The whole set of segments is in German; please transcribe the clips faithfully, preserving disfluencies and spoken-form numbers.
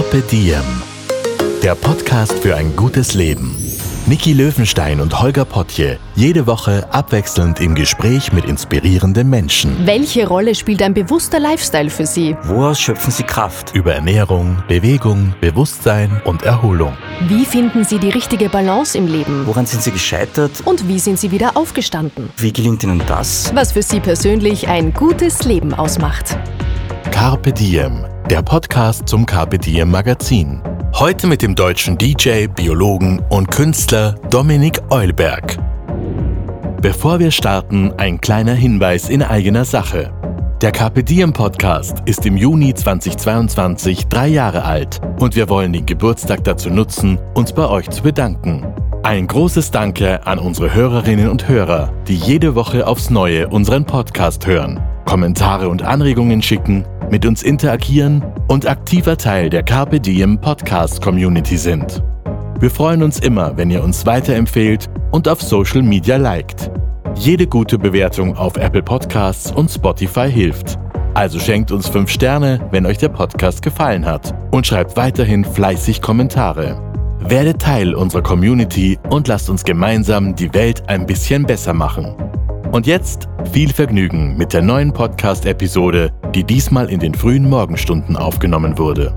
Carpe Diem, der Podcast für ein gutes Leben. Niki Löwenstein und Holger Potje, jede Woche abwechselnd im Gespräch mit inspirierenden Menschen. Welche Rolle spielt ein bewusster Lifestyle für Sie? Woraus schöpfen Sie Kraft? Über Ernährung, Bewegung, Bewusstsein und Erholung. Wie finden Sie die richtige Balance im Leben? Woran sind Sie gescheitert? Und wie sind Sie wieder aufgestanden? Wie gelingt Ihnen das? Was für Sie persönlich ein gutes Leben ausmacht. Carpe Diem, der Podcast zum Carpe Diem Magazin. Heute mit dem deutschen D J, Biologen und Künstler Dominik Eulberg. Bevor wir starten, ein kleiner Hinweis in eigener Sache. Der Carpe Diem Podcast ist im Juni zweitausendzweiundzwanzig drei Jahre alt und wir wollen den Geburtstag dazu nutzen, uns bei euch zu bedanken. Ein großes Danke an unsere Hörerinnen und Hörer, die jede Woche aufs Neue unseren Podcast hören, Kommentare und Anregungen schicken, mit uns interagieren und aktiver Teil der Carpe Diem Podcast Community sind. Wir freuen uns immer, wenn ihr uns weiterempfehlt und auf Social Media liked. Jede gute Bewertung auf Apple Podcasts und Spotify hilft. Also schenkt uns fünf Sterne, wenn euch der Podcast gefallen hat und schreibt weiterhin fleißig Kommentare. Werdet Teil unserer Community und lasst uns gemeinsam die Welt ein bisschen besser machen. Und jetzt viel Vergnügen mit der neuen Podcast-Episode, die diesmal in den frühen Morgenstunden aufgenommen wurde.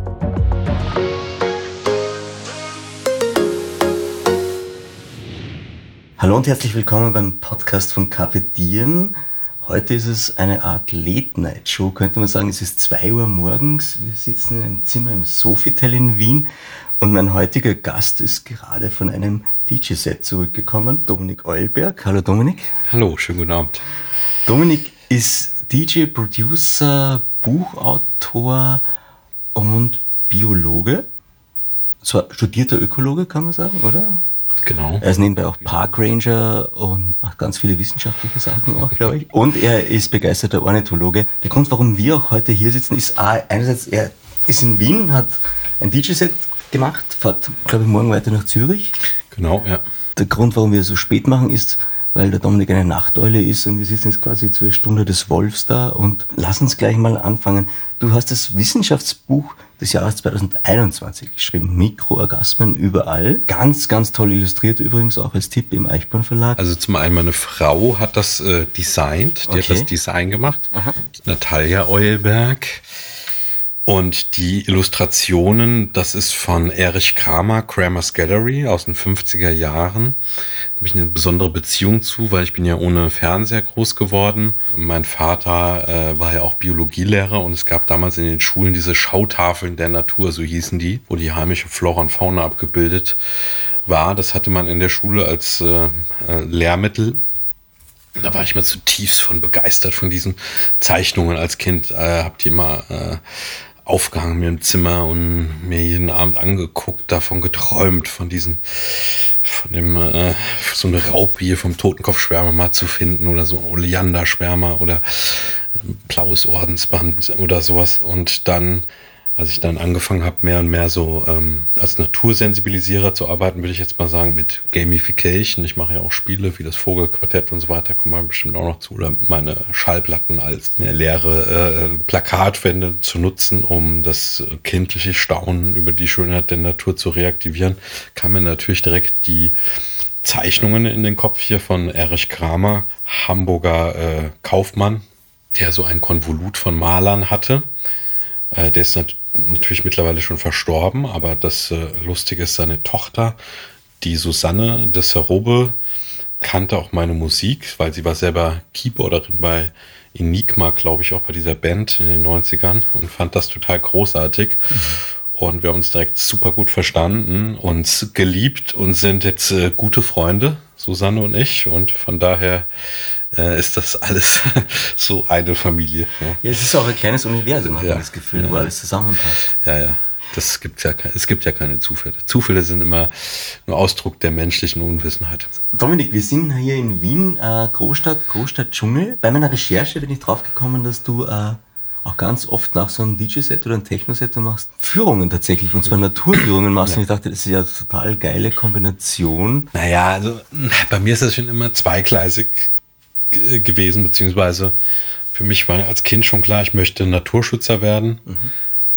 Hallo und herzlich willkommen beim Podcast von Carpe Diem. Heute ist es eine Art Late-Night-Show, könnte man sagen. Es ist zwei Uhr morgens. Wir sitzen in einem Zimmer im Sofitel in Wien und mein heutiger Gast ist gerade von einem D J-Set zurückgekommen, Dominik Eulberg. Hallo Dominik. Hallo, schönen guten Abend. Dominik ist D J, Producer, Buchautor und Biologe. So studierter Ökologe, kann man sagen, oder? Genau. Er ist nebenbei auch Parkranger und macht ganz viele wissenschaftliche Sachen auch, glaube ich. Und er ist begeisterter Ornithologe. Der Grund, warum wir auch heute hier sitzen, ist A, einerseits, er ist in Wien, hat ein D J-Set gemacht, fährt, glaube ich, morgen weiter nach Zürich. Genau, ja. Der Grund, warum wir so spät machen, ist, weil der Dominik eine Nachteule ist und wir sitzen jetzt quasi zur Stunde des Wolfs da und lass uns gleich mal anfangen. Du hast das Wissenschaftsbuch des Jahres zweitausendeinundzwanzig geschrieben, Mikroorgasmen überall. Ganz, ganz toll illustriert übrigens auch als Tipp im Eichborn Verlag. Also zum einen meine Frau hat das äh, designt, die Okay. hat das Design gemacht, Aha. Natalia Eulberg. Und die Illustrationen, das ist von Erich Kramer, Kramer's Gallery aus den fünfziger Jahren. Da habe ich eine besondere Beziehung zu, weil ich bin ja ohne Fernseher groß geworden. Mein Vater äh, war ja auch Biologielehrer und es gab damals in den Schulen diese Schautafeln der Natur, so hießen die, wo die heimische Flora und Fauna abgebildet war. Das hatte man in der Schule als äh, äh, Lehrmittel. Da war ich mal zutiefst von begeistert von diesen Zeichnungen als Kind. Äh, hab die immer äh, aufgehangen mir im Zimmer und mir jeden Abend angeguckt, davon geträumt, von diesen, von dem, äh, so eine Raubbier vom Totenkopfschwärmer mal zu finden oder so ein Oleanderschwärmer oder ein blaues Ordensband oder sowas. Und dann, als ich dann angefangen habe, mehr und mehr so ähm, als Natursensibilisierer zu arbeiten, würde ich jetzt mal sagen, mit Gamification. Ich mache ja auch Spiele wie das Vogelquartett und so weiter, kommen wir bestimmt auch noch zu. Oder meine Schallplatten als eine leere äh, Plakatwände zu nutzen, um das kindliche Staunen über die Schönheit der Natur zu reaktivieren, kam mir natürlich direkt die Zeichnungen in den Kopf hier von Erich Kramer, Hamburger äh, Kaufmann, der so ein Konvolut von Malern hatte. Äh, der ist nat- natürlich mittlerweile schon verstorben, aber das äh, Lustige ist, seine Tochter, die Susanne de Serobe, kannte auch meine Musik, weil sie war selber Keyboarderin bei Enigma, glaube ich, auch bei dieser Band in den neunzigern und fand das total großartig. Mhm. Und wir haben uns direkt super gut verstanden, uns geliebt und sind jetzt äh, gute Freunde, Susanne und ich. Und von daher äh, ist das alles so eine Familie. Ja, Ja, es ist auch ein kleines Universum, habe ich Ja. das Gefühl, Ja. wo alles zusammenpasst. ja. ja. Das gibt's ja, ke- es gibt ja keine Zufälle. Zufälle sind immer nur Ausdruck der menschlichen Unwissenheit. Dominik, wir sind hier in Wien, äh, Großstadt, Großstadt Dschungel. Bei meiner Recherche bin ich draufgekommen, dass du äh, auch ganz oft nach so einem D J-Set oder einem Techno-Set du machst Führungen tatsächlich, und zwar Naturführungen machst. Ja. Und ich dachte, das ist ja eine total geile Kombination. Naja, also bei mir ist das schon immer zweigleisig g- gewesen, beziehungsweise für mich war als Kind schon klar, ich möchte Naturschützer werden. Mhm.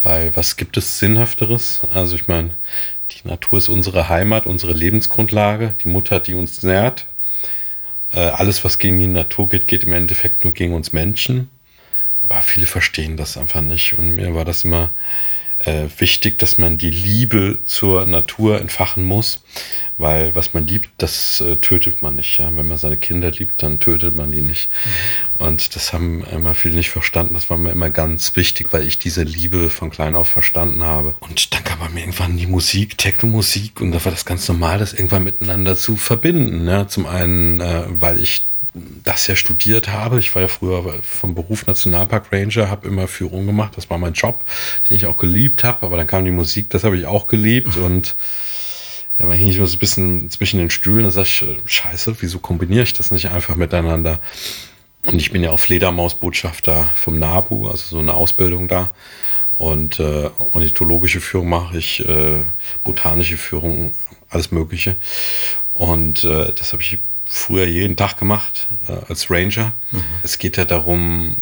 Weil was gibt es Sinnhafteres? Also ich meine, die Natur ist unsere Heimat, unsere Lebensgrundlage, die Mutter, die uns nährt. Äh, alles, was gegen die Natur geht, geht im Endeffekt nur gegen uns Menschen. Aber viele verstehen das einfach nicht. Und mir war das immer äh, wichtig, dass man die Liebe zur Natur entfachen muss. Weil was man liebt, das äh, tötet man nicht. Ja? Wenn man seine Kinder liebt, dann tötet man die nicht. Mhm. Und das haben immer viele nicht verstanden. Das war mir immer ganz wichtig, weil ich diese Liebe von klein auf verstanden habe. Und dann kam bei mir irgendwann die Musik, Techno-Musik. Und da war das ganz normal, das irgendwann miteinander zu verbinden. Ja? Zum einen, äh, weil ich das ja studiert habe. Ich war ja früher vom Beruf Nationalpark Ranger, habe immer Führung gemacht. Das war mein Job, den ich auch geliebt habe. Aber dann kam die Musik, das habe ich auch geliebt. Und ja, man hing ich so ein bisschen zwischen den Stühlen. Da sag ich, scheiße, wieso kombiniere ich das nicht einfach miteinander? Und ich bin ja auch Fledermausbotschafter vom NABU, also so eine Ausbildung da. Und äh, ornithologische Führung mache ich, äh, botanische Führung, alles Mögliche. Und äh, das habe ich früher jeden Tag gemacht äh, als Ranger. Mhm. Es geht ja darum,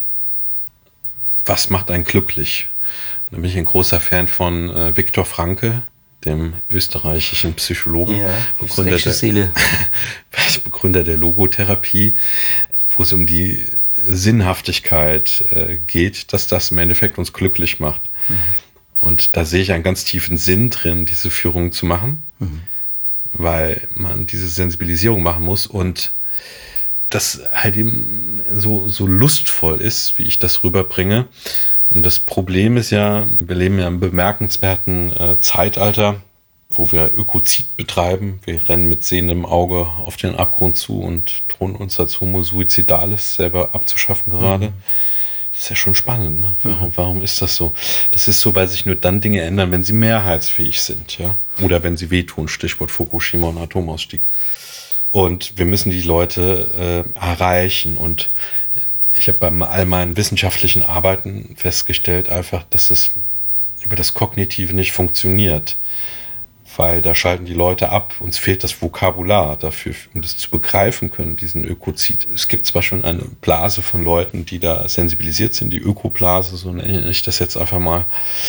was macht einen glücklich? Da bin ich ein großer Fan von äh, Viktor Frankl, dem österreichischen Psychologen, ja, Begründer, der, Seele. Begründer der Logotherapie, wo es um die Sinnhaftigkeit äh, geht, dass das im Endeffekt uns glücklich macht. Mhm. Und da sehe ich einen ganz tiefen Sinn drin, diese Führung zu machen, mhm. weil man diese Sensibilisierung machen muss und das halt eben so, so lustvoll ist, wie ich das rüberbringe. Und das Problem ist ja, wir leben ja im bemerkenswerten äh, Zeitalter, wo wir Ökozid betreiben. Wir rennen mit sehendem Auge auf den Abgrund zu und drohen uns als Homo suicidales selber abzuschaffen gerade. Mhm. Das ist ja schon spannend, ne? Warum, mhm. warum ist das so? Das ist so, weil sich nur dann Dinge ändern, wenn sie mehrheitsfähig sind, ja? Oder wenn sie wehtun, Stichwort Fukushima und Atomausstieg. Und wir müssen die Leute äh, erreichen und ich habe bei all meinen wissenschaftlichen Arbeiten festgestellt einfach, dass es über das Kognitive nicht funktioniert. Weil da schalten die Leute ab. Uns fehlt das Vokabular dafür, um das zu begreifen können, diesen Ökozid. Es gibt zwar schon eine Blase von Leuten, die da sensibilisiert sind, die Ökoblase, so nenne ich das jetzt einfach mal.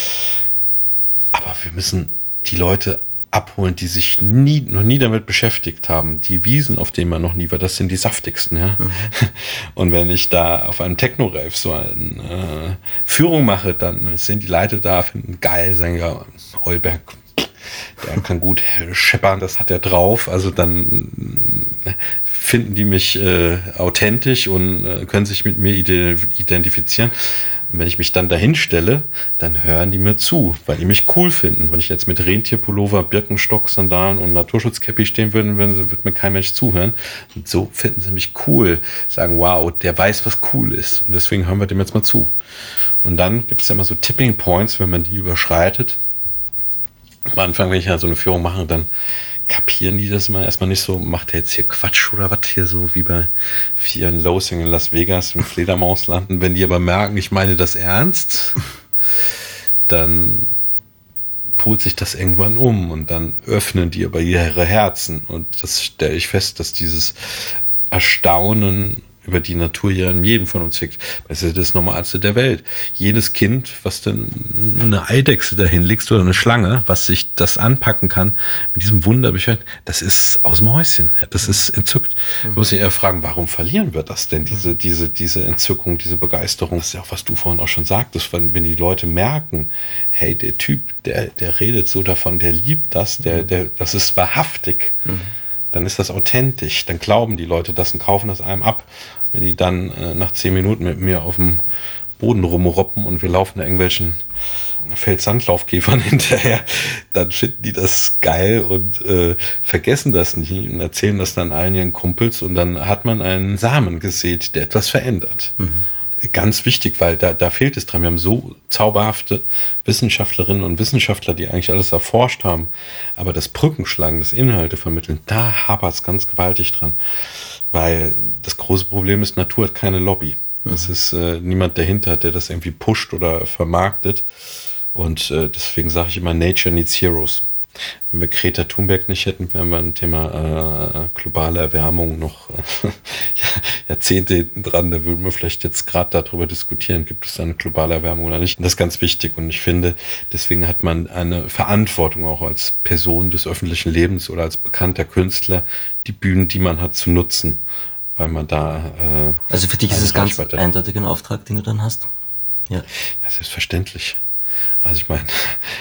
Aber wir müssen die Leute abholen, die sich nie, noch nie damit beschäftigt haben. Die Wiesen, auf denen man noch nie war, das sind die saftigsten. Ja? Mhm. Und wenn ich da auf einem Techno-Rave so eine äh, Führung mache, dann sind die Leute da, finden geil, sagen ja, Eulberg, der kann gut scheppern, das hat er drauf. Also dann finden die mich äh, authentisch und äh, können sich mit mir identifizieren. Und wenn ich mich dann dahin stelle, dann hören die mir zu, weil die mich cool finden. Wenn ich jetzt mit Rentierpullover, Birkenstock, Sandalen und Naturschutzkäppi stehen würde, würde mir kein Mensch zuhören. Und so finden sie mich cool. Sagen, wow, der weiß, was cool ist. Und deswegen hören wir dem jetzt mal zu. Und dann gibt es ja immer so Tipping Points, wenn man die überschreitet. Am Anfang, wenn ich ja so eine Führung mache, dann kapieren die das mal erstmal nicht so, macht der jetzt hier Quatsch oder was hier, so wie bei Fear and Loathing in Las Vegas im Fledermausland. Und wenn die aber merken, ich meine das ernst, dann polt sich das irgendwann um und dann öffnen die aber ihre Herzen. Und das stelle ich fest, dass dieses Erstaunen über die Natur ja in jedem von uns liegt. Das ist das Normalste der Welt. Jedes Kind, was dann eine Eidechse dahin legst oder eine Schlange, was sich das anpacken kann, mit diesem Wunderbescheid, das ist aus dem Häuschen. Das ist entzückt. Mhm. Man muss sich eher fragen, warum verlieren wir das denn, diese, diese, diese Entzückung, diese Begeisterung? Das ist ja auch, was du vorhin auch schon sagtest, wenn, wenn die Leute merken, hey, der Typ, der, der redet so davon, der liebt das, der, der, das ist wahrhaftig. Mhm. Dann ist das authentisch, dann glauben die Leute das und kaufen das einem ab. Wenn die dann äh, nach zehn Minuten mit mir auf dem Boden rumroppen und wir laufen da irgendwelchen Feldsandlaufkäfern hinterher, dann finden die das geil und äh, vergessen das nicht und erzählen das dann allen ihren Kumpels und dann hat man einen Samen gesät, der etwas verändert. Mhm. Ganz wichtig, weil da, da fehlt es dran. Wir haben so zauberhafte Wissenschaftlerinnen und Wissenschaftler, die eigentlich alles erforscht haben. Aber das Brückenschlagen, das Inhalte vermitteln, da hapert es ganz gewaltig dran. Weil das große Problem ist, Natur hat keine Lobby. Es ist äh, niemand dahinter, der das irgendwie pusht oder vermarktet. Und äh, deswegen sage ich immer, Nature needs heroes. Wenn wir Greta Thunberg nicht hätten, wären wir ein Thema äh, globale Erwärmung noch äh, Jahrzehnte hinten dran. Da würden wir vielleicht jetzt gerade darüber diskutieren, gibt es eine globale Erwärmung oder nicht. Und das ist ganz wichtig. Und ich finde, deswegen hat man eine Verantwortung auch als Person des öffentlichen Lebens oder als bekannter Künstler, die Bühnen, die man hat, zu nutzen. Weil man da... Äh, also für dich ist es ganz eindeutig ein Auftrag, den du dann hast? Ja, ja, selbstverständlich. Also ich meine,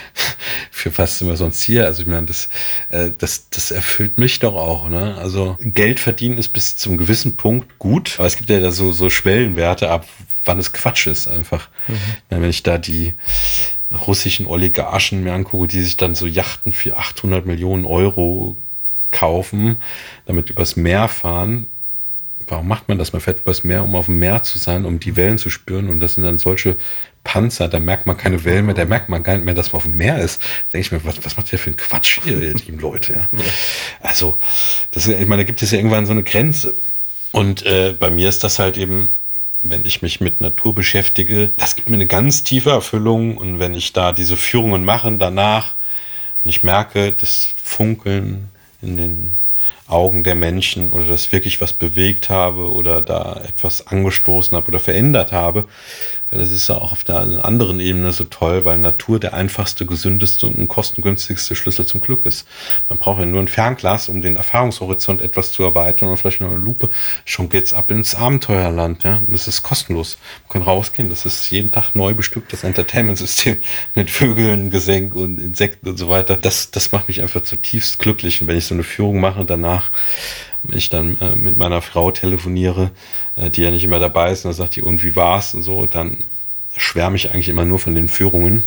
für was sind wir sonst hier? Also ich meine, das, äh, das, das erfüllt mich doch auch. Ne? Also Geld verdienen ist bis zum gewissen Punkt gut, aber es gibt ja da so, so Schwellenwerte ab, wann es Quatsch ist einfach. Mhm. Wenn ich da die russischen Oligarchen mir angucke, die sich dann so Yachten für achthundert Millionen Euro kaufen, damit übers Meer fahren. Warum macht man das? Man fährt übers Meer, um auf dem Meer zu sein, um die Wellen zu spüren. Und das sind dann solche Panzer, da merkt man keine Wellen mehr, da merkt man gar nicht mehr, dass man auf dem Meer ist. Da denke ich mir, was, was macht der für ein Quatsch hier, ihr lieben Leute? Ja? Also, das, ich meine, da gibt es ja irgendwann so eine Grenze. Und äh, bei mir ist das halt eben, wenn ich mich mit Natur beschäftige, das gibt mir eine ganz tiefe Erfüllung. Und wenn ich da diese Führungen mache danach und ich merke, das Funkeln in den Augen der Menschen oder dass wirklich was bewegt habe oder da etwas angestoßen habe oder verändert habe. Weil das ist ja auch auf der anderen Ebene so toll, weil Natur der einfachste, gesündeste und kostengünstigste Schlüssel zum Glück ist. Man braucht ja nur ein Fernglas, um den Erfahrungshorizont etwas zu erweitern oder vielleicht noch eine Lupe. Schon geht's ab ins Abenteuerland. Ja? Und das ist kostenlos. Man kann rausgehen. Das ist jeden Tag neu bestückt, das Entertainment-System mit Vögeln, Gesängen und Insekten und so weiter. Das, das macht mich einfach zutiefst glücklich. Und wenn ich so eine Führung mache und danach wenn ich dann äh, mit meiner Frau telefoniere, äh, die ja nicht immer dabei ist, und dann sagt die, und wie war's und so, dann schwärme ich eigentlich immer nur von den Führungen,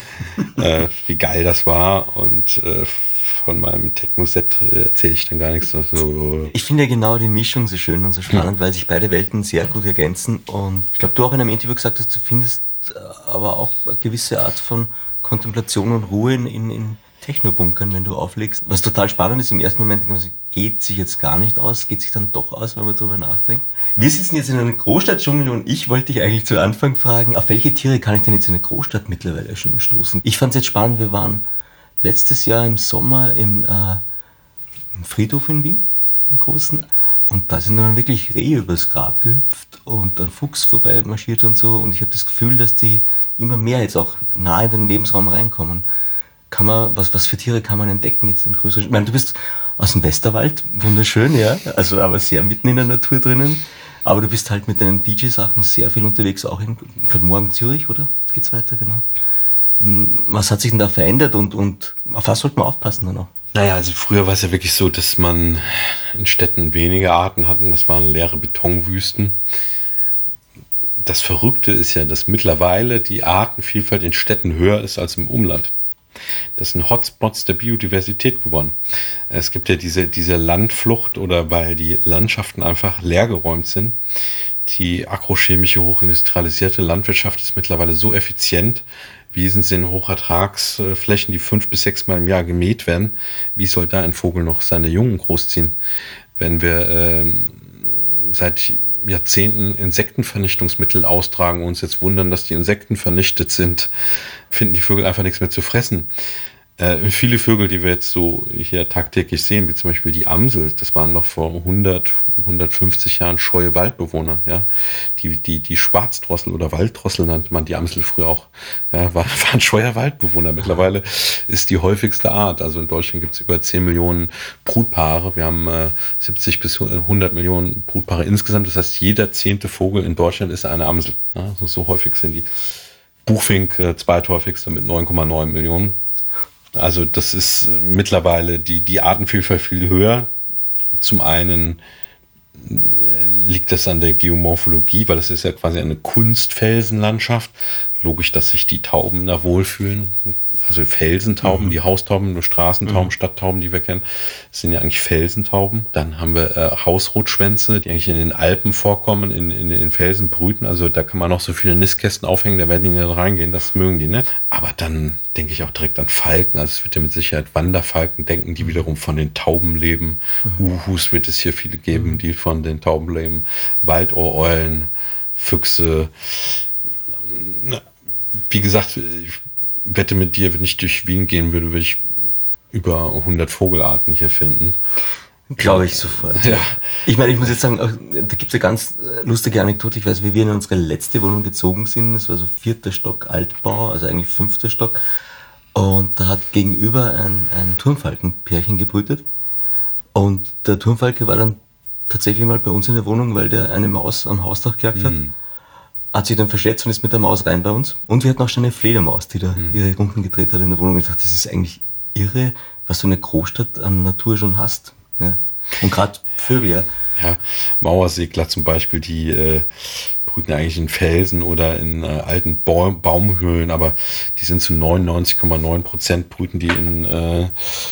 äh, wie geil das war und äh, von meinem Techno-Set äh, erzähle ich dann gar nichts. So. Ich finde ja genau die Mischung so schön und so spannend, ja. Weil sich beide Welten sehr gut ergänzen und ich glaube, du auch in einem Interview gesagt hast, du findest äh, aber auch eine gewisse Art von Kontemplation und Ruhe in, in, in Technobunkern, wenn du auflegst. Was total spannend ist, im ersten Moment denkt man sich, geht sich jetzt gar nicht aus, geht sich dann doch aus, wenn man darüber nachdenkt. Wir sitzen jetzt in einer Großstadtdschungel und ich wollte dich eigentlich zu Anfang fragen, auf welche Tiere kann ich denn jetzt in der Großstadt mittlerweile schon stoßen? Ich fand es jetzt spannend, wir waren letztes Jahr im Sommer im, äh, im Friedhof in Wien, im Großen, und da sind dann wirklich Rehe übers Grab gehüpft und ein Fuchs vorbei marschiert und so und ich habe das Gefühl, dass die immer mehr jetzt auch nahe in den Lebensraum reinkommen. Kann man, was, was für Tiere kann man entdecken jetzt in größeren? Ich meine, du bist aus dem Westerwald, wunderschön, ja, also aber sehr mitten in der Natur drinnen. Aber du bist halt mit deinen D J-Sachen sehr viel unterwegs, auch in, ich glaube, morgen Zürich, oder? Geht's weiter, genau. Was hat sich denn da verändert und, und auf was sollte man aufpassen dann auch? Naja, also früher war es ja wirklich so, dass man in Städten wenige Arten hatten, das waren leere Betonwüsten. Das Verrückte ist ja, dass mittlerweile die Artenvielfalt in Städten höher ist als im Umland. Das sind Hotspots der Biodiversität geworden. Es gibt ja diese, diese Landflucht oder weil die Landschaften einfach leergeräumt sind. Die agrochemische, hochindustrialisierte Landwirtschaft ist mittlerweile so effizient. Wiesen sind Hochertragsflächen, die fünf bis sechs Mal im Jahr gemäht werden. Wie soll da ein Vogel noch seine Jungen großziehen? Wenn wir ähm, seit Jahrzehnten Insektenvernichtungsmittel austragen und uns jetzt wundern, dass die Insekten vernichtet sind, finden die Vögel einfach nichts mehr zu fressen. Äh, viele Vögel, die wir jetzt so hier tagtäglich sehen, wie zum Beispiel die Amsel, das waren noch vor hundert, hundertfünfzig Jahren scheue Waldbewohner, ja. Die, die, die Schwarzdrossel oder Walddrossel nannte man die Amsel früher auch, ja, war, waren scheuer Waldbewohner. Mittlerweile ist die häufigste Art. Also in Deutschland gibt es über zehn Millionen Brutpaare. Wir haben äh, siebzig bis hundert Millionen Brutpaare insgesamt. Das heißt, jeder zehnte Vogel in Deutschland ist eine Amsel. Ja, also so häufig sind die. Buchfink, äh, zweithäufigste mit neun Komma neun Millionen. Also das ist mittlerweile die, die Artenvielfalt viel höher. Zum einen liegt das an der Geomorphologie, weil es ist ja quasi eine Kunstfelsenlandschaft. Logisch, dass sich die Tauben da wohlfühlen. Also Felsentauben, mhm. die Haustauben, nur Straßentauben, mhm. Stadttauben, die wir kennen, sind ja eigentlich Felsentauben. Dann haben wir äh, Hausrotschwänze, die eigentlich in den Alpen vorkommen, in, in den Felsen brüten. Also da kann man noch so viele Nistkästen aufhängen, da werden die nicht reingehen, das mögen die nicht. Aber dann denke ich auch direkt an Falken. Also es wird ja mit Sicherheit Wanderfalken denken, die wiederum von den Tauben leben. Mhm. Uhus wird es hier viele geben, mhm. die von den Tauben leben. Waldohreulen, Füchse. Wie gesagt, ich wette mit dir, wenn ich durch Wien gehen würde, würde ich über hundert Vogelarten hier finden. Glaube ich sofort. Ja. Ich meine, ich muss jetzt sagen, da gibt es eine ganz lustige Anekdote. Ich weiß, wie wir in unsere letzte Wohnung gezogen sind. Das war so vierter Stock Altbau, also eigentlich fünfter Stock. Und da hat gegenüber ein, ein Turmfalkenpärchen gebrütet. Und der Turmfalke war dann tatsächlich mal bei uns in der Wohnung, weil der eine Maus am Hausdach gejagt hat. Mhm. Hat sich dann verschätzt und ist mit der Maus rein bei uns. Und wir hatten auch schon eine Fledermaus, die da mhm. ihre Runden gedreht hat in der Wohnung. Ich dachte, das ist eigentlich irre, was so eine Großstadt an Natur schon hast. Ja. Und gerade Vögel, ja. Ja, Mauersegler zum Beispiel, die äh, brüten eigentlich in Felsen oder in äh, alten Baum, Baumhöhlen, aber die sind zu neunundneunzig Komma neun Prozent brüten die in, äh,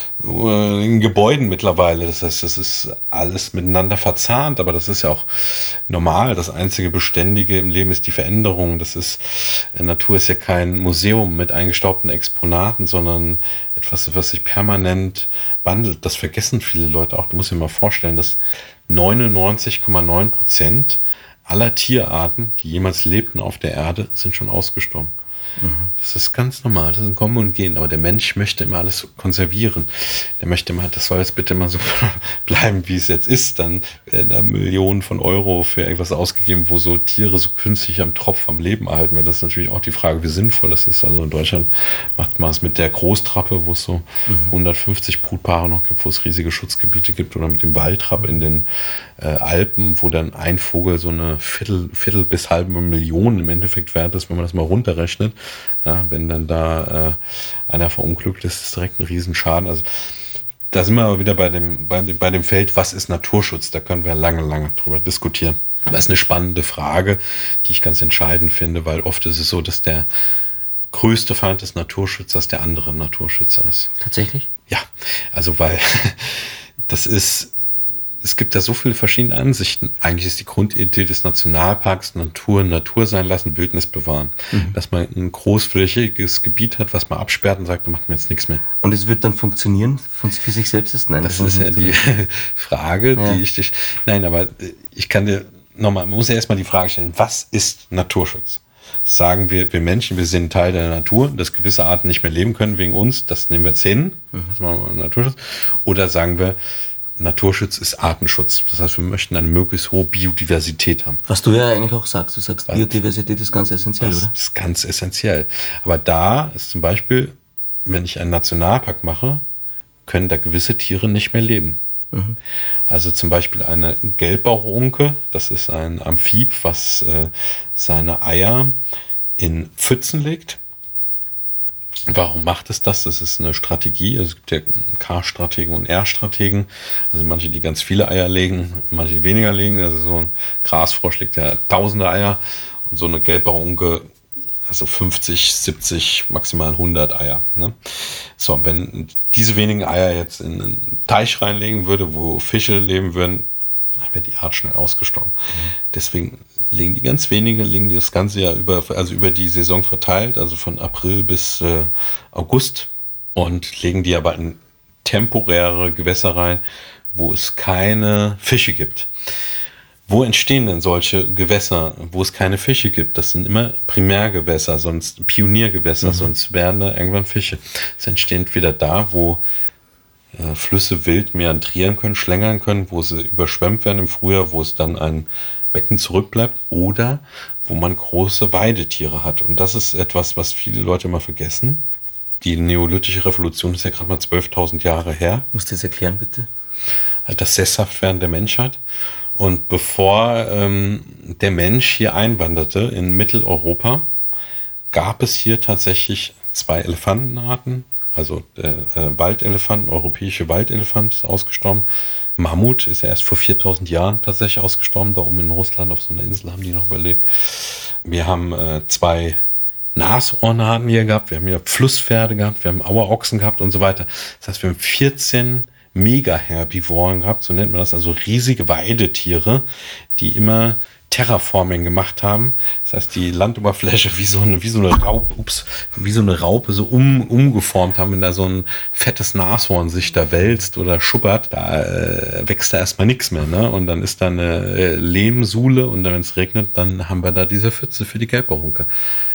in Gebäuden mittlerweile. Das heißt, das ist alles miteinander verzahnt, aber das ist ja auch normal. Das einzige Beständige im Leben ist die Veränderung. Das ist, äh, Natur ist ja kein Museum mit eingestaubten Exponaten, sondern etwas, was sich permanent wandelt. Das vergessen viele Leute auch. Du musst dir mal vorstellen, dass neunundneunzig Komma neun Prozent aller Tierarten, die jemals lebten auf der Erde, sind schon ausgestorben. Mhm. Das ist ganz normal, das ist ein Kommen und Gehen. Aber der Mensch möchte immer alles konservieren. Der möchte immer, das soll jetzt bitte mal so bleiben, wie es jetzt ist. Dann werden da Millionen von Euro für irgendwas ausgegeben, wo so Tiere so künstlich am Tropf am Leben erhalten werden. Das ist natürlich auch die Frage, wie sinnvoll das ist. Also in Deutschland macht man es mit der Großtrappe, wo es so mhm. hundertfünfzig Brutpaare noch gibt, wo es riesige Schutzgebiete gibt, oder mit dem Waldrapp in den äh, Alpen, wo dann ein Vogel so eine Viertel, Viertel bis halbe Million im Endeffekt wert ist, wenn man das mal runterrechnet. Ja, wenn dann da äh, einer verunglückt ist, ist das direkt ein Riesenschaden. Also da sind wir aber wieder bei dem, bei dem, bei dem Feld, was ist Naturschutz? Da können wir lange, lange drüber diskutieren. Das ist eine spannende Frage, die ich ganz entscheidend finde, weil oft ist es so, dass der größte Feind des Naturschützers der andere Naturschützer ist. Tatsächlich? Ja, also weil das ist, es gibt da so viele verschiedene Ansichten. Eigentlich ist die Grundidee des Nationalparks Natur Natur sein lassen, Wildnis bewahren. Mhm. Dass man ein großflächiges Gebiet hat, was man absperrt und sagt, da macht man jetzt nichts mehr. Und es wird dann funktionieren von, für sich selbst? Ist? Nein, das, das ist ja die Frage, ja. die ich dich... Nein, aber ich kann dir nochmal, man muss ja erstmal die Frage stellen, was ist Naturschutz? Sagen wir, wir Menschen, wir sind Teil der Natur, dass gewisse Arten nicht mehr leben können wegen uns, das nehmen wir jetzt hin, mhm. das machen wir Naturschutz. Oder sagen wir, Naturschutz ist Artenschutz. Das heißt, wir möchten eine möglichst hohe Biodiversität haben. Was du ja eigentlich auch sagst. Du sagst, Biodiversität ist ganz essentiell, das oder? Das ist ganz essentiell. Aber da ist zum Beispiel, wenn ich einen Nationalpark mache, können da gewisse Tiere nicht mehr leben. Mhm. Also zum Beispiel eine Gelbbauchunke, das ist ein Amphib, was äh, seine Eier in Pfützen legt. Warum macht es das? Das ist eine Strategie. Also es gibt ja K-Strategen und R-Strategen. Also manche, die ganz viele Eier legen, manche die weniger legen. Also so ein Grasfrosch legt ja tausende Eier und so eine Gelbbauchunke, also fünfzig, siebzig, maximal hundert Eier. Ne? So, wenn diese wenigen Eier jetzt in einen Teich reinlegen würde, wo Fische leben würden, dann wäre die Art schnell ausgestorben. Mhm. Deswegen legen die ganz wenige, legen die das ganze Jahr über, also über die Saison verteilt, also von April bis äh, August, und legen die aber in temporäre Gewässer rein, wo es keine Fische gibt. Wo entstehen denn solche Gewässer, wo es keine Fische gibt? Das sind immer Primärgewässer, sonst Pioniergewässer, mhm. sonst wären da irgendwann Fische. Es entsteht entweder da, wo äh, Flüsse wild meandrieren können, schlängern können, wo sie überschwemmt werden im Frühjahr, wo es dann ein Becken zurückbleibt, oder wo man große Weidetiere hat. Und das ist etwas, was viele Leute immer vergessen. Die neolithische Revolution ist ja gerade mal zwölftausend Jahre her. Musst du das erklären, bitte? Das Sesshaftwerden der Menschheit. Und bevor ähm, der Mensch hier einwanderte in Mitteleuropa, gab es hier tatsächlich zwei Elefantenarten. Also der äh, Waldelefant, europäische Waldelefant ist ausgestorben. Mammut ist ja erst vor viertausend Jahren tatsächlich ausgestorben. Da oben in Russland auf so einer Insel haben die noch überlebt. Wir haben äh, zwei Nashornarten hier gehabt. Wir haben hier Flusspferde gehabt. Wir haben Auerochsen gehabt und so weiter. Das heißt, wir haben vierzehn Mega-Herbivoren gehabt. So nennt man das. Also riesige Weidetiere, die immer Terraforming gemacht haben. Das heißt, die Landoberfläche wie so eine, wie so eine Raupe, ups, wie so eine Raupe so um, umgeformt haben, wenn da so ein fettes Nashorn sich da wälzt oder schuppert, da äh, wächst da erstmal nichts mehr, ne? Und dann ist da eine äh, Lehmsuhle, und dann, wenn es regnet, dann haben wir da diese Pfütze für die Gelbbauchunke.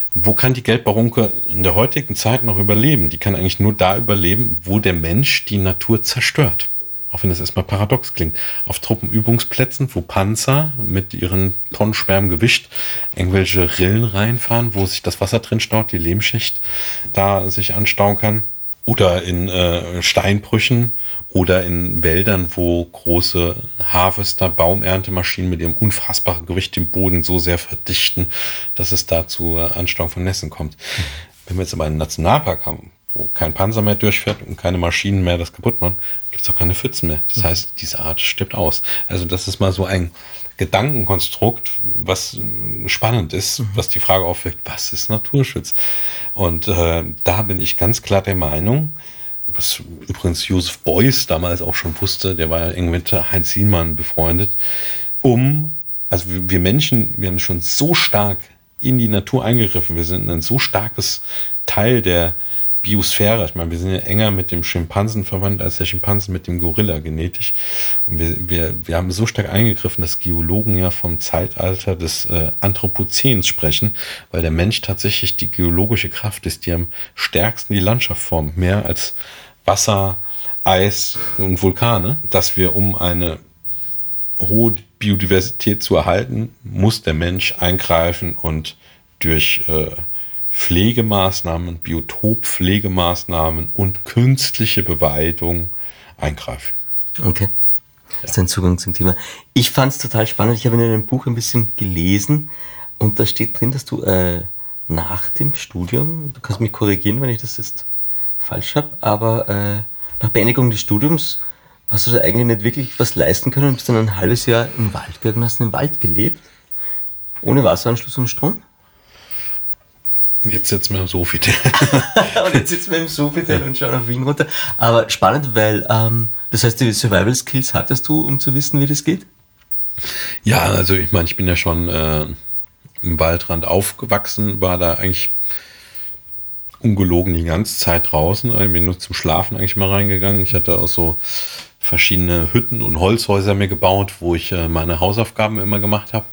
wo kann die Gelbbarunke in der heutigen Zeit noch überleben? Die kann eigentlich nur da überleben, wo der Mensch die Natur zerstört. Auch wenn das erstmal paradox klingt. Auf Truppenübungsplätzen, wo Panzer mit ihren tonnenschwerem Gewicht irgendwelche Rillen reinfahren, wo sich das Wasser drin staut, die Lehmschicht da sich anstauen kann. Oder in äh, Steinbrüchen oder in Wäldern, wo große Harvester, Baumerntemaschinen mit ihrem unfassbaren Gewicht den Boden so sehr verdichten, dass es da zu äh, Anstauung von Nässen kommt. Mhm. Wenn wir jetzt aber einen Nationalpark haben, wo kein Panzer mehr durchfährt und keine Maschinen mehr das kaputt machen, gibt es auch keine Pfützen mehr. Das heißt, diese Art stirbt aus. Also das ist mal so ein Gedankenkonstrukt, was spannend ist, mhm. was die Frage aufwirft, was ist Naturschutz? Und äh, da bin ich ganz klar der Meinung, was übrigens Joseph Beuys damals auch schon wusste, der war ja eng mit Heinz Sielmann befreundet, um, also wir Menschen, wir haben schon so stark in die Natur eingegriffen, wir sind ein so starkes Teil der Biosphäre. Ich meine, wir sind ja enger mit dem Schimpansen verwandt als der Schimpansen mit dem Gorilla genetisch. Und wir, wir, wir haben so stark eingegriffen, dass Geologen ja vom Zeitalter des äh, Anthropozäns sprechen, weil der Mensch tatsächlich die geologische Kraft ist, die am stärksten die Landschaft formt. Mehr als Wasser, Eis und Vulkane. Dass wir, um eine hohe Biodiversität zu erhalten, muss der Mensch eingreifen und durch äh, Pflegemaßnahmen, Biotoppflegemaßnahmen und künstliche Beweidung eingreifen. Okay, das ist ein Zugang zum Thema. Ich fand es total spannend. Ich habe in einem Buch ein bisschen gelesen und da steht drin, dass du äh, nach dem Studium, du kannst mich korrigieren, wenn ich das jetzt falsch habe, aber äh, nach Beendigung des Studiums hast du da eigentlich nicht wirklich was leisten können und bist dann ein halbes Jahr im Wald gegangen, hast im Wald gelebt, ohne Wasseranschluss und Strom? Jetzt sitzen wir im Sofitel. Und jetzt sitzen wir im Sofitel und schauen auf Wien runter. Aber spannend, weil ähm, das heißt, die Survival Skills hattest du, um zu wissen, wie das geht? Ja, also ich meine, ich bin ja schon äh, im Waldrand aufgewachsen, war da eigentlich ungelogen die ganze Zeit draußen. Ich bin nur zum Schlafen eigentlich mal reingegangen. Ich hatte auch so verschiedene Hütten und Holzhäuser mir gebaut, wo ich äh, meine Hausaufgaben immer gemacht habe.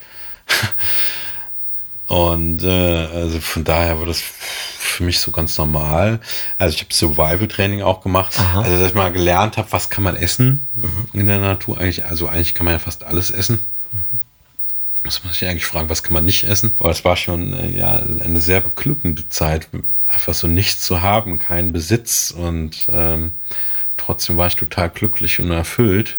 Und äh, also von daher war das für mich so ganz normal. Also ich habe Survival-Training auch gemacht. Aha. Also dass ich mal gelernt habe, was kann man essen mhm. in der Natur. Eigentlich, also eigentlich kann man ja fast alles essen. Mhm. Muss man sich eigentlich fragen, was kann man nicht essen? Aber es war schon äh, ja eine sehr beglückende Zeit, einfach so nichts zu haben, keinen Besitz. Und ähm, trotzdem war ich total glücklich und erfüllt.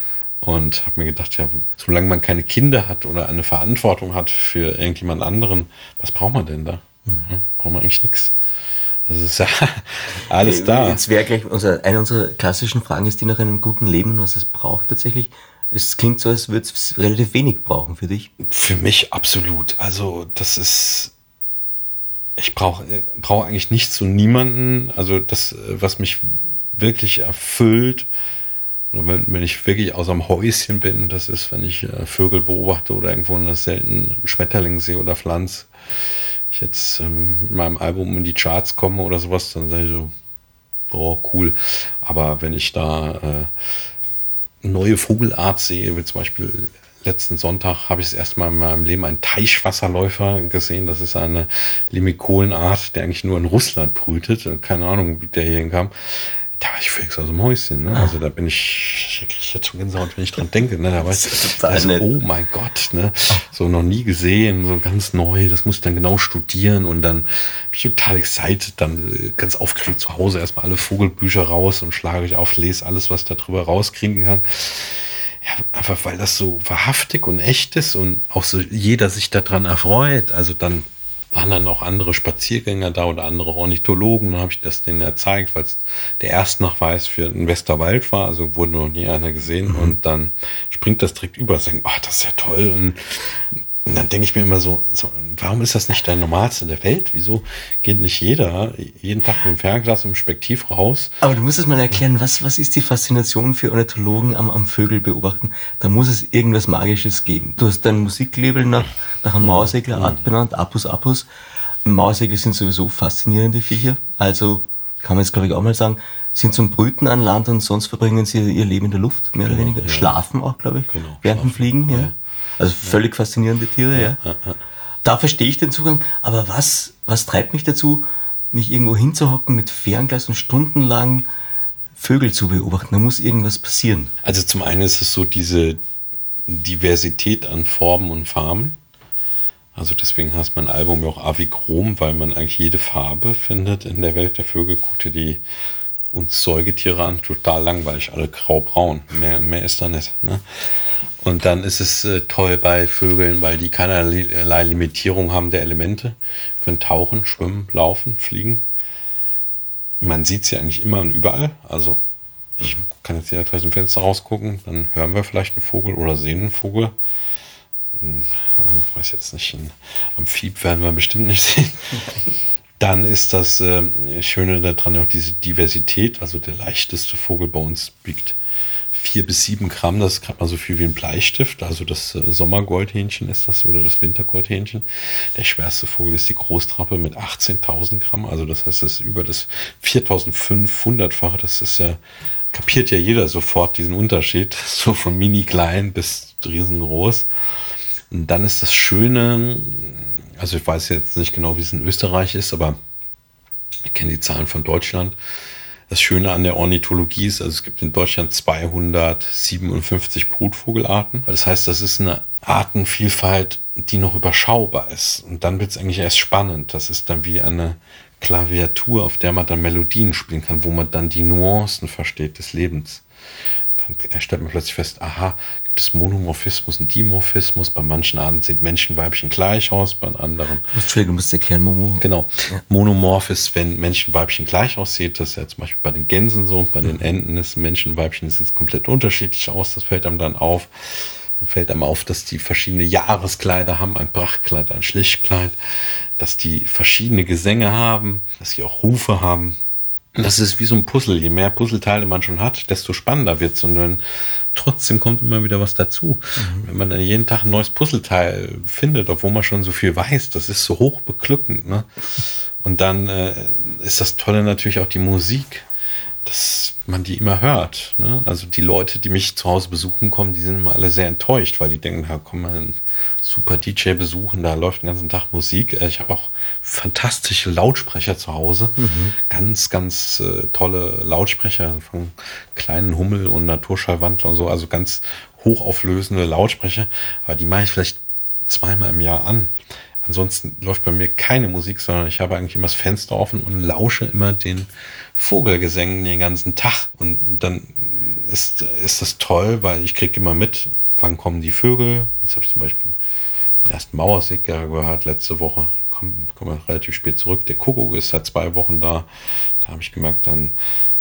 Und habe mir gedacht, ja, solange man keine Kinder hat oder eine Verantwortung hat für irgendjemand anderen, was braucht man denn da? Mhm. Ja, braucht man eigentlich nichts. Also es ist ja alles da. Jetzt wäre gleich unser, eine unserer klassischen Fragen ist die nach einem guten Leben und was es braucht tatsächlich. Es klingt so, als würde es relativ wenig brauchen für dich. Für mich absolut. Also das ist, ich brauche brauche eigentlich nichts zu niemanden. Also das, was mich wirklich erfüllt, oder wenn, wenn ich wirklich aus einem Häuschen bin, das ist, wenn ich äh, Vögel beobachte oder irgendwo einen seltenen Schmetterling sehe oder Pflanz. Ich jetzt ähm, mit meinem Album in die Charts komme oder sowas, dann sage ich so, oh cool. Aber wenn ich da äh, neue Vogelart sehe, wie zum Beispiel letzten Sonntag habe ich das erste Mal in meinem Leben einen Teichwasserläufer gesehen. Das ist eine Limikolenart, der eigentlich nur in Russland brütet. Keine Ahnung, wie der hier hinkam. Da war ich fix aus dem Häuschen, ne? Also da bin ich, ich kriege jetzt schon Gänsehaut, wenn ich dran denke, ne? Da war ich also, oh mein Gott, ne? So noch nie gesehen, so ganz neu, das muss ich dann genau studieren und dann bin ich total excited, dann ganz aufgeregt zu Hause erstmal alle Vogelbücher raus und schlage ich auf, lese alles, was ich da drüber rauskriegen kann. Ja, einfach weil das so wahrhaftig und echt ist und auch so jeder sich daran erfreut, also dann waren dann auch andere Spaziergänger da oder andere Ornithologen. Dann habe ich das denen gezeigt, weil es der Erstnachweis für den Westerwald war. Also wurde noch nie einer gesehen. Mhm. Und dann springt das direkt über. Sagen, ach, das ist ja toll. Und, und dann denke ich mir immer so, so, warum ist das nicht der Normalste der Welt? Wieso geht nicht jeder jeden Tag mit dem Fernglas und dem Spektiv raus? Aber du musst es mal erklären, was, was ist die Faszination für Ornithologen am, am Vögel beobachten? Da muss es irgendwas Magisches geben. Du hast dein Musiklabel nach, nach einem Mauerseglerart mhm. benannt, Apus Apus. Mauersegler sind sowieso faszinierende Viecher. Also kann man jetzt, glaube ich, auch mal sagen, sind zum Brüten an Land und sonst verbringen sie ihr Leben in der Luft, mehr genau, oder weniger. Ja. Schlafen auch, glaube ich, genau, während dem Fliegen. Ja. Ja. Also völlig faszinierende Tiere, ja. ja. ja, ja. Da verstehe ich den Zugang, aber was, was treibt mich dazu, mich irgendwo hinzuhocken mit Fernglas und stundenlang Vögel zu beobachten? Da muss irgendwas passieren. Also zum einen ist es so diese Diversität an Formen und Farben. Also deswegen heißt mein Album ja auch Avichrom, weil man eigentlich jede Farbe findet in der Welt der Vögel. Guck dir die uns Säugetiere an, total langweilig, alle grau-braun. Mehr, mehr ist da nicht. Ne? Und dann ist es äh, toll bei Vögeln, weil die keinerlei Limitierung haben der Elemente. Können tauchen, schwimmen, laufen, fliegen. Man sieht sie eigentlich immer und überall. Also ich kann jetzt hier gleich aus dem Fenster rausgucken, dann hören wir vielleicht einen Vogel oder sehen einen Vogel. Ich weiß jetzt nicht, ein Amphib werden wir bestimmt nicht sehen. Dann ist das äh, Schöne daran auch diese Diversität. Also der leichteste Vogel bei uns wiegt vier bis sieben Gramm. Das ist gerade mal so viel wie ein Bleistift. Also das äh, Sommergoldhähnchen ist das oder das Wintergoldhähnchen. Der schwerste Vogel ist die Großtrappe mit achtzehntausend Gramm. Also das heißt, das ist über das viertausendfünfhundertfache. Das ist ja, kapiert ja jeder sofort diesen Unterschied. So von mini klein bis riesengroß. Und dann ist das Schöne, also ich weiß jetzt nicht genau, wie es in Österreich ist, aber ich kenne die Zahlen von Deutschland. Das Schöne an der Ornithologie ist, also es gibt in Deutschland zweihundertsiebenundfünfzig Brutvogelarten. Das heißt, das ist eine Artenvielfalt, die noch überschaubar ist. Und dann wird es eigentlich erst spannend. Das ist dann wie eine Klaviatur, auf der man dann Melodien spielen kann, wo man dann die Nuancen versteht des Lebens. Dann stellt man plötzlich fest, aha, gibt es Monomorphismus und Dimorphismus. Bei manchen Arten sieht Männchen, Weibchen gleich aus, bei anderen... Entschuldigung, du musst erklären, Momo. Genau. Ja. Monomorph ist, wenn Männchen, Weibchen gleich aussieht. Das ist ja zum Beispiel bei den Gänsen so. Bei den Enten ist Männchen, Weibchen, das sieht komplett unterschiedlich aus. Das fällt einem dann auf. Dann fällt einem auf, dass die verschiedene Jahreskleider haben. Ein Prachtkleid, ein Schlichtkleid. Dass die verschiedene Gesänge haben. Dass sie auch Rufe haben. Das ist wie so ein Puzzle. Je mehr Puzzleteile man schon hat, desto spannender wird's. Und dann trotzdem kommt immer wieder was dazu. Mhm. Wenn man dann jeden Tag ein neues Puzzleteil findet, obwohl man schon so viel weiß, das ist so hoch beglückend. Ne? Und dann äh, ist das Tolle natürlich auch die Musik, dass man die immer hört. Ne? Also die Leute, die mich zu Hause besuchen kommen, die sind immer alle sehr enttäuscht, weil die denken, da kommen wir einen super D J besuchen, da läuft den ganzen Tag Musik. Ich habe auch fantastische Lautsprecher zu Hause. Mhm. Ganz, ganz äh, tolle Lautsprecher von kleinen Hummel und Naturschallwandler und so, also ganz hochauflösende Lautsprecher. Aber die mache ich vielleicht zweimal im Jahr an. Ansonsten läuft bei mir keine Musik, sondern ich habe eigentlich immer das Fenster offen und lausche immer den Vogelgesängen den ganzen Tag. Und dann ist, ist das toll, weil ich kriege immer mit, wann kommen die Vögel. Jetzt habe ich zum Beispiel den ersten Mauersäger gehört letzte Woche. Kommen komm relativ spät zurück. Der Kuckuck ist seit zwei Wochen da. Da habe ich gemerkt, dann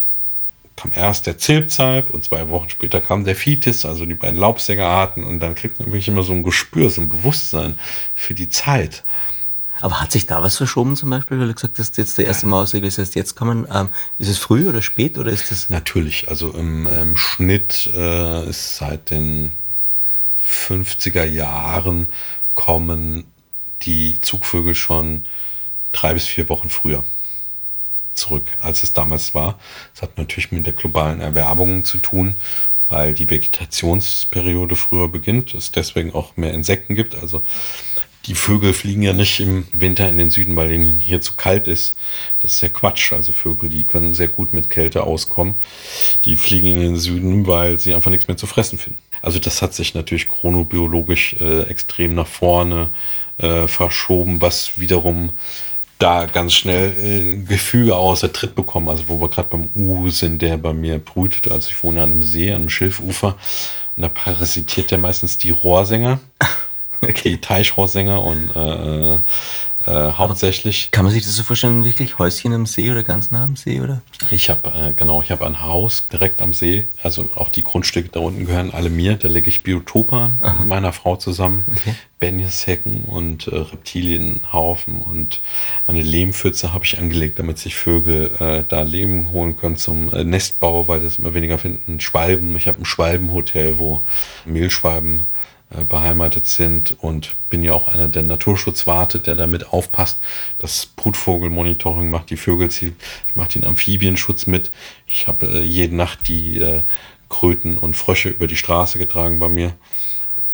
kam erst der Zilpzalp und zwei Wochen später kam der Fitis, also die beiden Laubsängerarten. Und dann kriegt man wirklich immer so ein Gespür, so ein Bewusstsein für die Zeit. Aber hat sich da was verschoben zum Beispiel, weil du gesagt hast, jetzt der erste Mauersegel ist erst jetzt kommen. Ähm, ist es früh oder spät oder ist das? Natürlich, also im, im Schnitt äh, ist seit den fünfziger Jahren kommen die Zugvögel schon drei bis vier Wochen früher zurück, als es damals war. Das hat natürlich mit der globalen Erwärmung zu tun, weil die Vegetationsperiode früher beginnt, es deswegen auch mehr Insekten gibt. Also die Vögel fliegen ja nicht im Winter in den Süden, weil ihnen hier zu kalt ist. Das ist ja Quatsch. Also Vögel, die können sehr gut mit Kälte auskommen. Die fliegen in den Süden, weil sie einfach nichts mehr zu fressen finden. Also das hat sich natürlich chronobiologisch äh, extrem nach vorne äh, verschoben, was wiederum da ganz schnell äh, Gefüge außer Tritt bekommen. Also wo wir gerade beim Uhu sind, der bei mir brütet. Also ich wohne an einem See, an einem Schilfufer. Und da parasitiert der meistens die Rohrsänger. Okay, die Teichrohrsänger und äh, äh, hauptsächlich. Kann man sich das so vorstellen, wirklich Häuschen am See oder ganz nah am See, oder? Ich habe äh, genau, ich habe ein Haus direkt am See. Also auch die Grundstücke da unten gehören alle mir. Da lege ich Biotope an Aha. mit meiner Frau zusammen. Okay. Benjeshecken und äh, Reptilienhaufen und eine Lehmpfütze habe ich angelegt, damit sich Vögel äh, da Lehm holen können zum äh, Nestbau, weil das immer weniger finden. Schwalben. Ich habe ein Schwalbenhotel, wo Mehlschwalben beheimatet sind und bin ja auch einer, der Naturschutzwarte, der damit aufpasst, das Brutvogelmonitoring macht, die Vögel zieht, ich mache den Amphibienschutz mit. Ich habe äh, jede Nacht die äh, Kröten und Frösche über die Straße getragen bei mir.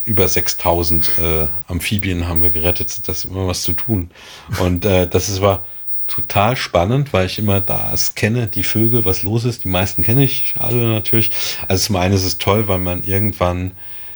über sechstausend äh, Amphibien haben wir gerettet, das ist immer was zu tun. Und äh, das ist war total spannend, weil ich immer das kenne, die Vögel, was los ist. Die meisten kenne ich alle natürlich. Also zum einen ist es toll, weil man irgendwann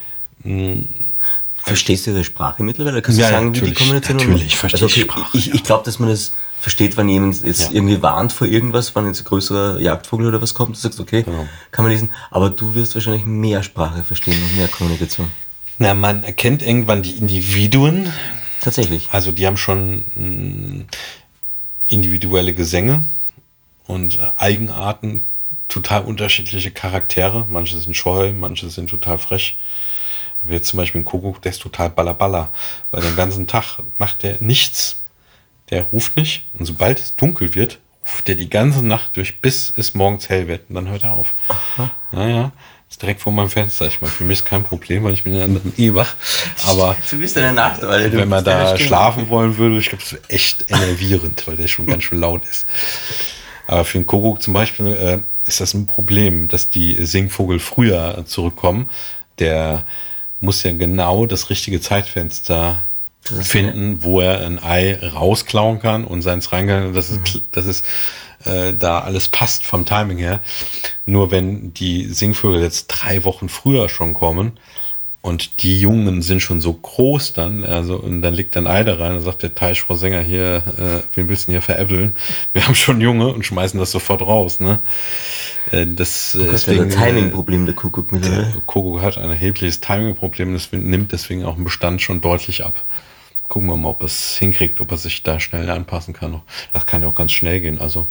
mh, Verstehst du ihre Sprache mittlerweile? Kannst du ja, sagen, wie die Kommunikation? Natürlich, verstehe also, okay, ich Sprache. Ich, ich glaube, dass man das versteht, wenn jemand jetzt ja. irgendwie warnt vor irgendwas, wenn jetzt ein größerer Jagdvogel oder was kommt, du sagst, okay, genau. kann man lesen. Aber du wirst wahrscheinlich mehr Sprache verstehen und mehr Kommunikation. Na, man erkennt irgendwann die Individuen. Tatsächlich. Also die haben schon mh, individuelle Gesänge und Eigenarten, total unterschiedliche Charaktere. Manche sind scheu, manche sind total frech. Aber jetzt zum Beispiel ein Kuckuck, der ist total ballerballer, weil den ganzen Tag macht der nichts. Der ruft nicht und sobald es dunkel wird, ruft der die ganze Nacht durch, bis es morgens hell wird und dann hört er auf. Aha. Naja, ist direkt vor meinem Fenster. Ich meine, für mich ist kein Problem, weil ich bin ja dann eh wach. Aber du bist eine Nacht, weil wenn man da schlafen wollen würde, ich glaube, das ist echt enervierend, weil der schon ganz schön laut ist. Aber für einen Kuckuck zum Beispiel äh, ist das ein Problem, dass die Singvogel früher zurückkommen. Der muss ja genau das richtige Zeitfenster finden, wo er ein Ei rausklauen kann und seins reingehen. Das ist, mhm. das ist äh, da alles passt vom Timing her. Nur wenn die Singvögel jetzt drei Wochen früher schon kommen und die Jungen sind schon so groß dann, also und dann liegt ein Ei da rein und sagt der Teichfrau-Sänger hier, äh, wen willst du denn hier veräppeln? Wir haben schon Junge und schmeißen das sofort raus, ne? Das oh Gott, deswegen, ein Timing-Problem, der Kuckuck mit der Kuckuck hat ein erhebliches Timing-Problem, das nimmt deswegen auch einen Bestand schon deutlich ab. Gucken wir mal, ob es hinkriegt, ob er sich da schnell anpassen kann. Das kann ja auch ganz schnell gehen. Also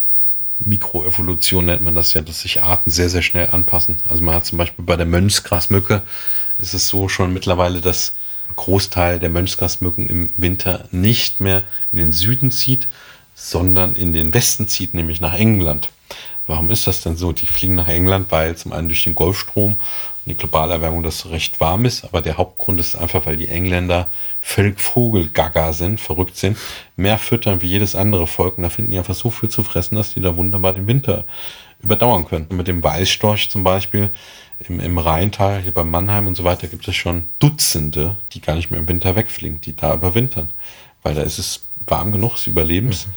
Mikroevolution nennt man das ja, dass sich Arten sehr, sehr schnell anpassen. Also man hat zum Beispiel bei der Mönchsgrasmücke ist es so schon mittlerweile, dass ein Großteil der Mönchsgrasmücken im Winter nicht mehr in den Süden zieht, sondern in den Westen zieht, nämlich nach England. Warum ist das denn so? Die fliegen nach England, weil zum einen durch den Golfstrom und die globale Erwärmung das recht warm ist. Aber der Hauptgrund ist einfach, weil die Engländer völlig Vogelgaga sind, verrückt sind, mehr füttern wie jedes andere Volk. Und da finden die einfach so viel zu fressen, dass die da wunderbar den Winter überdauern können. Und mit dem Weißstorch zum Beispiel im, im Rheintal, hier bei Mannheim und so weiter, gibt es schon Dutzende, die gar nicht mehr im Winter wegfliegen, die da überwintern. Weil da ist es warm genug, sie überleben es. Mhm.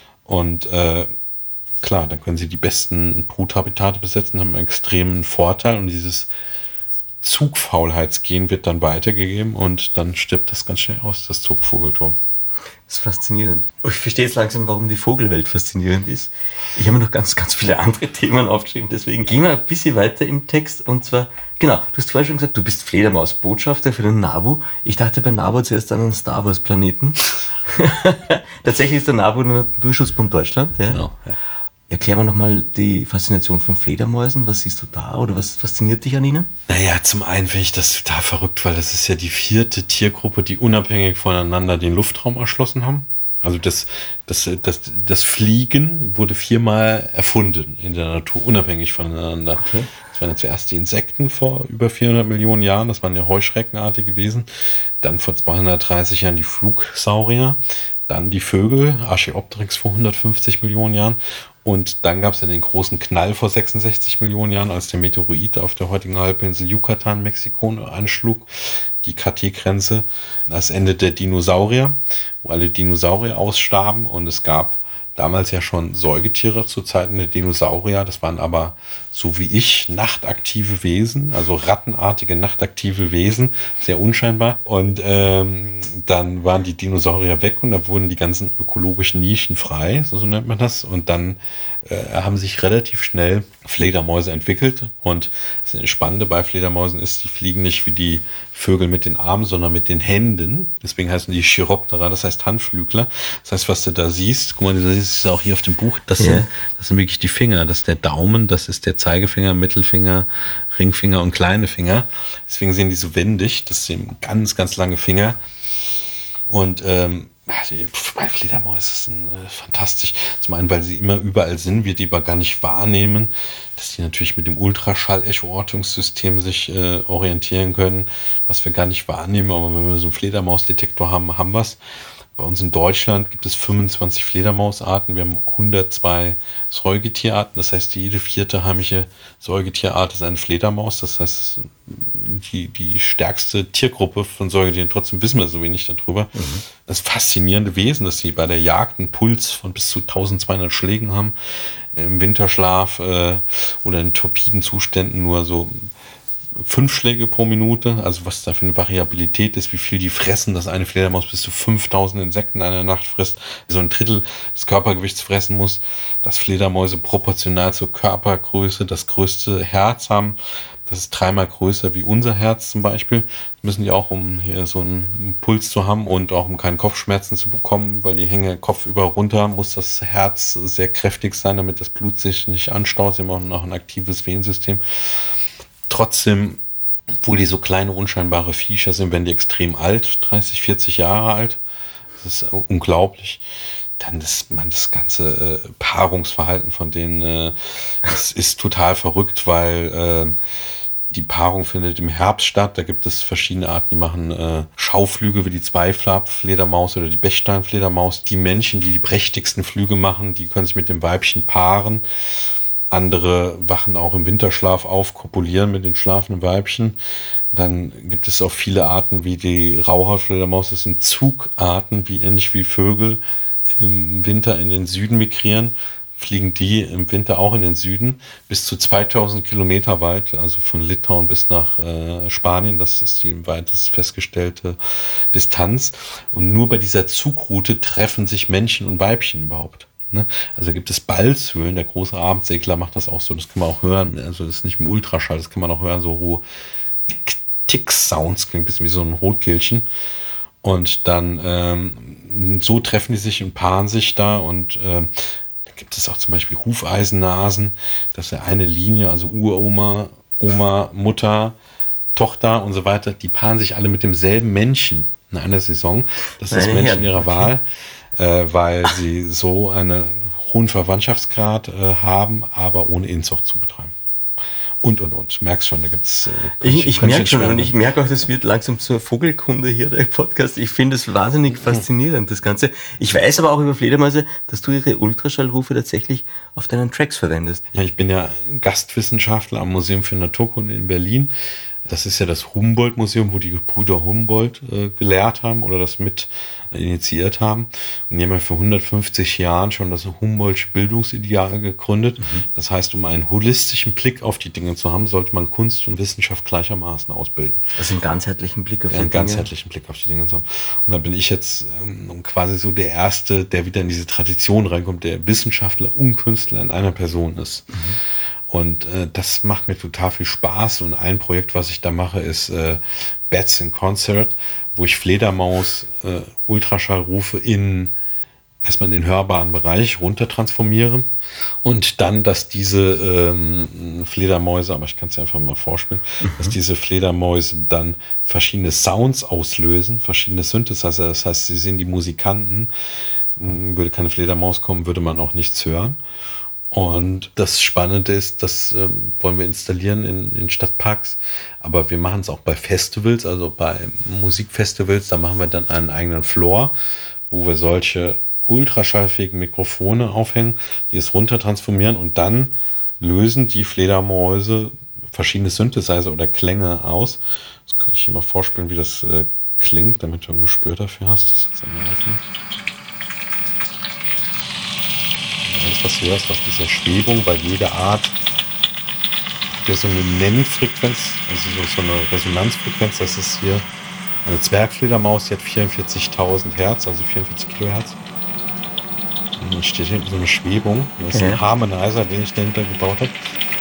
Und äh, klar, dann können sie die besten Bruthabitate besetzen, haben einen extremen Vorteil und dieses Zugfaulheitsgen wird dann weitergegeben und dann stirbt das ganz schnell aus, das Zugvogeltum. Das ist faszinierend. Ich verstehe jetzt langsam, warum die Vogelwelt faszinierend ist. Ich habe mir noch ganz, ganz viele andere Themen aufgeschrieben, deswegen gehen wir ein bisschen weiter im Text und zwar, genau, du hast vorher schon gesagt, du bist Fledermaus-Botschafter für den NABU. Ich dachte bei NABU zuerst an einen Star Wars-Planeten. Tatsächlich ist der NABU ein Naturschutzbund Deutschland. Ja? Genau, ja. Erklär mal nochmal die Faszination von Fledermäusen. Was siehst du da oder was fasziniert dich an ihnen? Naja, zum einen finde ich das total verrückt, weil das ist ja die vierte Tiergruppe, die unabhängig voneinander den Luftraum erschlossen haben. Also das, das, das, das Fliegen wurde viermal erfunden in der Natur, unabhängig voneinander. Okay. Das waren ja zuerst die Insekten vor über vierhundert Millionen Jahren, das waren ja Heuschreckenartige gewesen. Dann vor zweihundertdreißig Jahren die Flugsaurier, dann die Vögel, Archaeopteryx vor hundertfünfzig Millionen Jahren. Und dann gab es ja den großen Knall vor sechsundsechzig Millionen Jahren, als der Meteorit auf der heutigen Halbinsel Yucatan, Mexiko, anschlug, die K T-Grenze, das Ende der Dinosaurier, wo alle Dinosaurier ausstarben. Und es gab damals ja schon Säugetiere zu Zeiten der Dinosaurier. Das waren aber, so wie ich, nachtaktive Wesen, also rattenartige nachtaktive Wesen, sehr unscheinbar. Und ähm, dann waren die Dinosaurier weg und da wurden die ganzen ökologischen Nischen frei, so, so nennt man das. Und dann äh, haben sich relativ schnell Fledermäuse entwickelt. Und das Spannende bei Fledermäusen ist, die fliegen nicht wie die Vögel mit den Armen, sondern mit den Händen. Deswegen heißen die Chiroptera, das heißt Handflügler. Das heißt, was du da siehst, guck mal, das ist auch hier auf dem Buch, das, yeah. sind, das sind wirklich die Finger. Das ist der Daumen, das ist der Zeigefinger, Mittelfinger, Ringfinger und kleine Finger. Deswegen sehen die so wendig. Das sind ganz, ganz lange Finger. Und ähm, die, bei Fledermäusen sind äh, fantastisch. Zum einen, weil sie immer überall sind, wir die aber gar nicht wahrnehmen, dass die natürlich mit dem Ultraschall-Echo-Ortungssystem sich äh, orientieren können, was wir gar nicht wahrnehmen. Aber wenn wir so einen Fledermausdetektor haben, haben wir es. Bei uns in Deutschland gibt es fünfundzwanzig Fledermausarten. Wir haben hundertzwei Säugetierarten. Das heißt, jede vierte heimische Säugetierart ist eine Fledermaus. Das heißt, die, die stärkste Tiergruppe von Säugetieren. Trotzdem wissen wir so wenig darüber. Mhm. Das faszinierende Wesen, dass sie bei der Jagd einen Puls von bis zu eintausendzweihundert Schlägen haben, im Winterschlaf äh, oder in torpiden Zuständen nur so fünf Schläge pro Minute, also was da für eine Variabilität ist, wie viel die fressen, dass eine Fledermaus bis zu fünftausend Insekten in einer Nacht frisst, so ein Drittel des Körpergewichts fressen muss, dass Fledermäuse proportional zur Körpergröße das größte Herz haben, das ist dreimal größer wie unser Herz zum Beispiel, müssen die auch, um hier so einen Puls zu haben und auch um keine Kopfschmerzen zu bekommen, weil die hängen kopfüber runter, muss das Herz sehr kräftig sein, damit das Blut sich nicht anstaut, sie haben auch ein aktives Venensystem. Trotzdem, obwohl die so kleine, unscheinbare Viecher sind, werden die extrem alt, dreißig, vierzig Jahre alt. Das ist unglaublich. Dann das, man, das ganze äh, Paarungsverhalten von denen äh, ist, ist total verrückt, weil äh, die Paarung findet im Herbst statt. Da gibt es verschiedene Arten, die machen äh, Schauflüge wie die Zweiflab-Fledermaus oder die Bechstein-Fledermaus. Die Männchen, die die prächtigsten Flüge machen, die können sich mit dem Weibchen paaren. Andere wachen auch im Winterschlaf auf, kopulieren mit den schlafenden Weibchen. Dann gibt es auch viele Arten wie die Rauhautfledermaus. Das sind Zugarten, wie ähnlich wie Vögel im Winter in den Süden migrieren. Fliegen die im Winter auch in den Süden bis zu zweitausend Kilometer weit, also von Litauen bis nach äh, Spanien. Das ist die weitest festgestellte Distanz. Und nur bei dieser Zugroute treffen sich Männchen und Weibchen überhaupt. Also gibt es Balzhöhlen, der große Abendsegler macht das auch so, das kann man auch hören, also das ist nicht im Ultraschall, das kann man auch hören, so hohe Tick-Sounds, klingt ein bisschen wie so ein Rotkehlchen. Und dann ähm, so treffen die sich und paaren sich da und ähm, da gibt es auch zum Beispiel Hufeisennasen, das ist ja eine Linie, also Uroma, Oma, Mutter, Tochter und so weiter, die paaren sich alle mit demselben Männchen in einer Saison, das ist das Männchen ihrer Wahl. Äh, weil sie so einen hohen Verwandtschaftsgrad äh, haben, aber ohne Inzucht zu betreiben. Und, und, und. Du merkst schon, da gibt's... Äh, ich ich merke schon, und ich merke auch, das wird langsam zur Vogelkunde hier, der Podcast. Ich finde es wahnsinnig faszinierend, das Ganze. Ich weiß aber auch über Fledermäuse, dass du ihre Ultraschallrufe tatsächlich auf deinen Tracks verwendest. Ja, ich bin ja Gastwissenschaftler am Museum für Naturkunde in Berlin. Das ist ja das Humboldt-Museum, wo die Brüder Humboldt äh, gelehrt haben oder das mit initiiert haben. Und die haben ja vor hundertfünfzig Jahren schon das Humboldtsche Bildungsideal gegründet. Mhm. Das heißt, um einen holistischen Blick auf die Dinge zu haben, sollte man Kunst und Wissenschaft gleichermaßen ausbilden. Also einen ganzheitlichen Blick auf ja, die einen Dinge? Einen ganzheitlichen Blick auf die Dinge zu haben. Und da bin ich jetzt ähm, quasi so der Erste, der wieder in diese Tradition reinkommt, der Wissenschaftler und Künstler in einer Person ist. Mhm. Und äh, das macht mir total viel Spaß. Und ein Projekt, was ich da mache, ist äh, Bats in Concert, wo ich Fledermaus äh, Ultraschallrufe in erstmal in den hörbaren Bereich runter transformiere und dann, dass diese ähm, Fledermäuse, aber ich kann es ja einfach mal vorspielen, mhm. dass diese Fledermäuse dann verschiedene Sounds auslösen, verschiedene Synthesizer. Das heißt, sie sind die Musikanten. Würde keine Fledermaus kommen, würde man auch nichts hören. Und das Spannende ist, das ähm, wollen wir installieren in, in Stadtparks, aber wir machen es auch bei Festivals, also bei Musikfestivals, da machen wir dann einen eigenen Floor, wo wir solche ultraschallfähigen Mikrofone aufhängen, die es runter transformieren und dann lösen die Fledermäuse verschiedene Synthesizer oder Klänge aus. Das kann ich dir mal vorspielen, wie das äh, klingt, damit du ein Gespür dafür hast. Das jetzt einmal aufnehmen. Alles, was du hörst, auf dieser Schwebung, weil jede Art hat ja so eine Nennfrequenz, also so, so eine Resonanzfrequenz. Das ist hier eine Zwergfledermaus, die hat vierundvierzigtausend Hertz, also vierundvierzig Kilohertz. Und dann steht hinten so eine Schwebung. Das ist ja ein Harmonizer, den ich dahinter gebaut habe.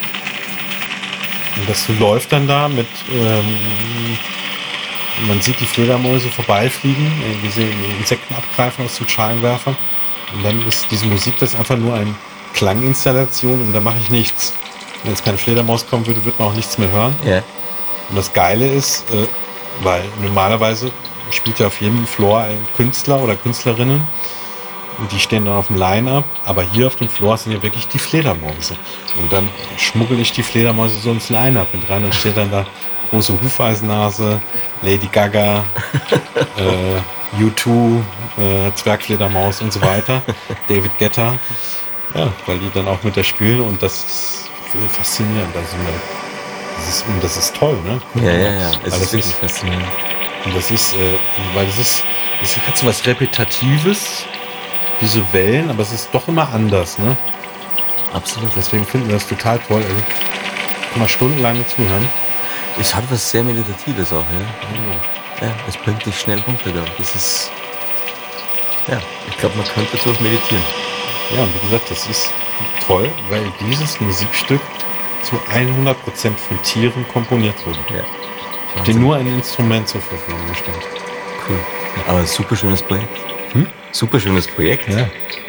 Und das läuft dann da mit, ähm, man sieht die Fledermäuse vorbeifliegen, wie sie Insekten abgreifen aus den Schalenwerfern. Und dann ist diese Musik, das ist einfach nur eine Klanginstallation und da mache ich nichts. Wenn jetzt keine Fledermaus kommen würde, würde man auch nichts mehr hören. Ja. Und das Geile ist, äh, weil normalerweise spielt ja auf jedem Floor ein Künstler oder Künstlerinnen und die stehen dann auf dem Line-Up, aber hier auf dem Floor sind ja wirklich die Fledermäuse. Und dann schmuggel ich die Fledermäuse so ins Line-Up mit rein und steht dann da große Hufeisennase, Lady Gaga, äh, U zwei, äh, Zwergfledermaus und so weiter, David Guetta, ja, weil die dann auch mit der spielen und das ist faszinierend. Also das ist, und das ist toll, ne? Ja, ja, ja, es also ist wirklich faszinierend. Und das ist, äh, weil es ist, es hat so was Repetitives, wie so Wellen, aber es ist doch immer anders, ne? Absolut. Deswegen finden wir das total toll. Also, kann man stundenlang zuhören. Es hat was sehr Meditatives auch, ja. Ja, es bringt dich schnell runter, glaube ich. Das ist, ja, ich glaube, man könnte dazu auch meditieren. Ja, und wie gesagt, das ist toll, weil dieses Musikstück zu hundert Prozent von Tieren komponiert wurde. Ja. Ich habe dir nur ein Instrument zur Verfügung gestellt. Cool. Aber ein super schönes Projekt. Hm? Super schönes Projekt. Ja.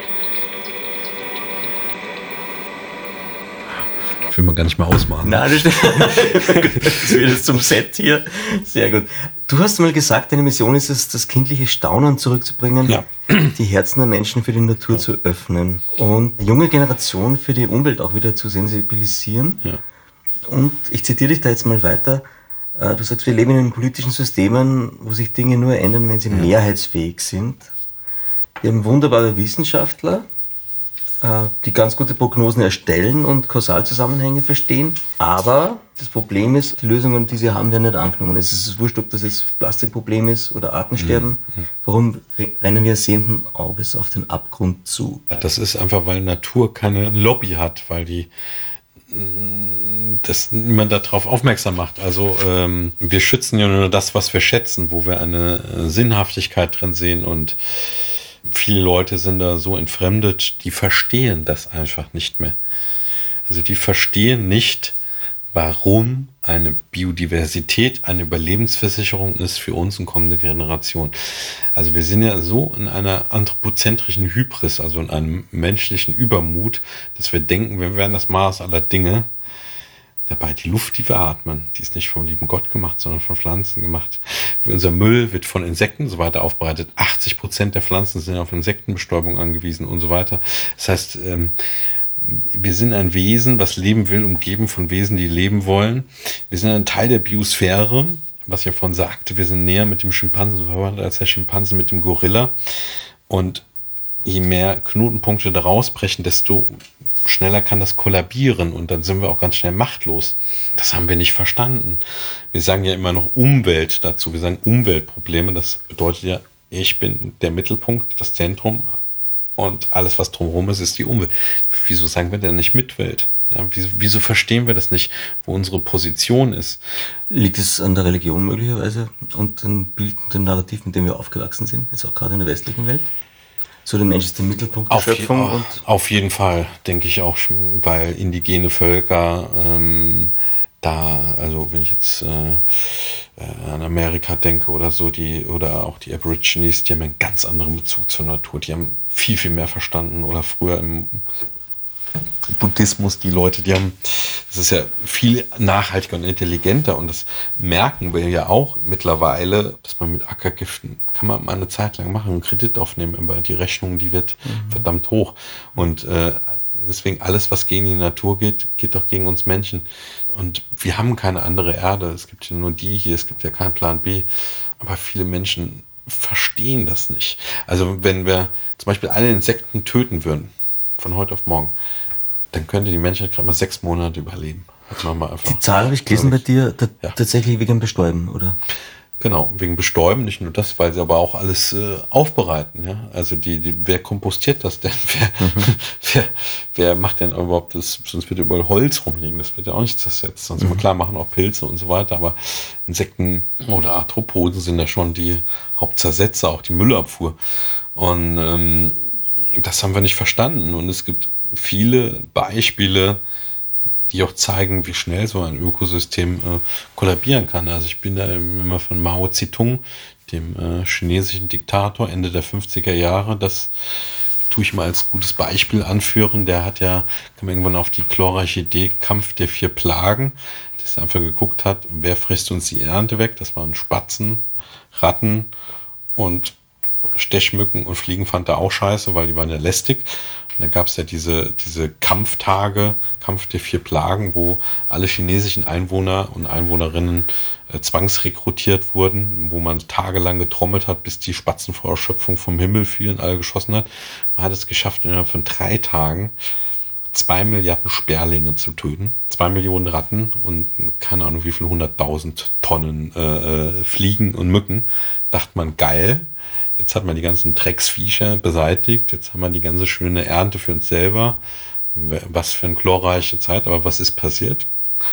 Ich will man gar nicht mal ausmachen. Nein, das, das wird jetzt zum Set hier. Sehr gut. Du hast mal gesagt, deine Mission ist es, das kindliche Staunen zurückzubringen, ja. die Herzen der Menschen für die Natur ja. zu öffnen und die junge Generation für die Umwelt auch wieder zu sensibilisieren. Ja. Und ich zitiere dich da jetzt mal weiter. Du sagst, wir leben in politischen Systemen, wo sich Dinge nur ändern, wenn sie ja. mehrheitsfähig sind. Wir haben wunderbare Wissenschaftler, die ganz gute Prognosen erstellen und Kausalzusammenhänge verstehen. Aber das Problem ist, die Lösungen, die sie haben, werden nicht angenommen. Es ist wurscht, ob das jetzt Plastikproblem ist oder Artensterben. Mhm. Warum rennen wir sehenden Auges auf den Abgrund zu? Das ist einfach, weil Natur keine Lobby hat, weil die dass niemand darauf aufmerksam macht. Also ähm, wir schützen ja nur das, was wir schätzen, wo wir eine Sinnhaftigkeit drin sehen und viele Leute sind da so entfremdet, die verstehen das einfach nicht mehr. Also die verstehen nicht, warum eine Biodiversität eine Überlebensversicherung ist für uns und kommende Generationen. Also wir sind ja so in einer anthropozentrischen Hybris, also in einem menschlichen Übermut, dass wir denken, wir wären das Maß aller Dinge. Dabei die Luft, die wir atmen, die ist nicht vom lieben Gott gemacht, sondern von Pflanzen gemacht. Unser Müll wird von Insekten und so weiter aufbereitet. achtzig Prozent der Pflanzen sind auf Insektenbestäubung angewiesen und so weiter. Das heißt, wir sind ein Wesen, was leben will, umgeben von Wesen, die leben wollen. Wir sind ein Teil der Biosphäre, was ich ja vorhin sagte. Wir sind näher mit dem Schimpansen verwandt als der Schimpanse mit dem Gorilla. Und je mehr Knotenpunkte da rausbrechen, desto schneller kann das kollabieren und dann sind wir auch ganz schnell machtlos. Das haben wir nicht verstanden. Wir sagen ja immer noch Umwelt dazu. Wir sagen Umweltprobleme. Das bedeutet ja, ich bin der Mittelpunkt, das Zentrum und alles, was drumherum ist, ist die Umwelt. Wieso sagen wir denn nicht Mitwelt? Ja, wieso, wieso verstehen wir das nicht, wo unsere Position ist? Liegt es an der Religion möglicherweise und dem Bild und dem Narrativ, mit dem wir aufgewachsen sind, jetzt auch gerade in der westlichen Welt? So, der Mensch ist der Mittelpunkt der auf Schöpfung. Je, und auf jeden Fall, denke ich auch, weil indigene Völker ähm, da, also wenn ich jetzt äh, an Amerika denke oder so, die oder auch die Aborigines, die haben einen ganz anderen Bezug zur Natur. Die haben viel, viel mehr verstanden oder früher im Buddhismus, die Leute, die haben, das ist ja viel nachhaltiger und intelligenter und das merken wir ja auch mittlerweile, dass man mit Ackergiften, kann man mal eine Zeit lang machen, einen Kredit aufnehmen, aber die Rechnung, die wird mhm. verdammt hoch und äh, deswegen alles, was gegen die Natur geht, geht doch gegen uns Menschen und wir haben keine andere Erde, es gibt ja nur die hier, es gibt ja keinen Plan B, aber viele Menschen verstehen das nicht. Also wenn wir zum Beispiel alle Insekten töten würden, von heute auf morgen, dann könnte die Menschheit gerade mal sechs Monate überleben. Mal einfach die Zahl habe ich gelesen bei dir, da, ja. tatsächlich wegen Bestäuben, oder? Genau, wegen Bestäuben, nicht nur das, weil sie aber auch alles äh, aufbereiten. Ja? Also die, die, wer kompostiert das denn? Wer, mhm. wer, wer macht denn überhaupt das? Sonst wird überall Holz rumliegen, das wird ja auch nicht zersetzt. Sonst mhm. klar machen auch Pilze und so weiter, aber Insekten oder Arthropoden sind ja schon die Hauptzersetzer, auch die Müllabfuhr. Und ähm, das haben wir nicht verstanden. Und es gibt viele Beispiele, die auch zeigen, wie schnell so ein Ökosystem äh, kollabieren kann. Also ich bin da immer von Mao Zedong, dem äh, chinesischen Diktator Ende der fünfziger Jahre, das tue ich mal als gutes Beispiel anführen. Der hat ja, kam irgendwann auf die glorreiche Idee, Kampf der vier Plagen, dass er einfach geguckt hat, wer frisst uns die Ernte weg? Das waren Spatzen, Ratten und Stechmücken und Fliegen fand er auch scheiße, weil die waren ja lästig. Da gab es ja diese, diese Kampftage, Kampf der vier Plagen, wo alle chinesischen Einwohner und Einwohnerinnen äh, zwangsrekrutiert wurden, wo man tagelang getrommelt hat, bis die Spatzen vor Erschöpfung vom Himmel fielen, alle geschossen hat. Man hat es geschafft, innerhalb von drei Tagen zwei Milliarden Sperlinge zu töten, zwei Millionen Ratten und keine Ahnung wie viel hunderttausend Tonnen äh, Fliegen und Mücken. Dachte man, geil. Jetzt hat man die ganzen Drecksviecher beseitigt, jetzt haben wir die ganze schöne Ernte für uns selber. Was für eine glorreiche Zeit, aber was ist passiert?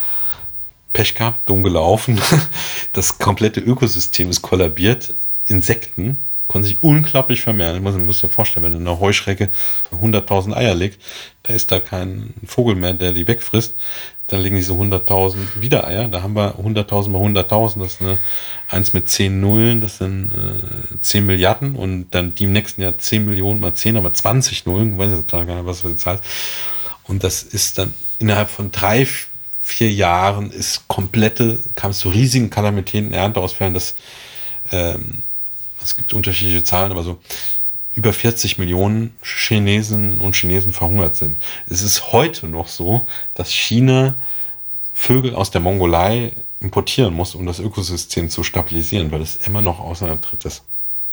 Pech gehabt, dumm gelaufen. Das komplette Ökosystem ist kollabiert. Insekten konnten sich unglaublich vermehren. Man muss sich vorstellen, wenn eine Heuschrecke hunderttausend Eier legt, da ist da kein Vogel mehr, der die wegfrisst. Dann legen diese hunderttausend wieder Eier. Da haben wir hunderttausend mal hunderttausend. Das ist eine eins mit zehn Nullen. Das sind äh, zehn Milliarden. Und dann die im nächsten Jahr zehn Millionen mal zehn, aber zwanzig Nullen. Ich weiß jetzt gar nicht, was für die Zahl. Und das ist dann innerhalb von drei, vier Jahren ist komplette, kam es zu riesigen Kalamitäten, Ernteausfällen. Das, ähm, es gibt unterschiedliche Zahlen, aber so über vierzig Millionen Chinesen und Chinesen verhungert sind. Es ist heute noch so, dass China Vögel aus der Mongolei importieren muss, um das Ökosystem zu stabilisieren, weil es immer noch außerhalb tritt ist.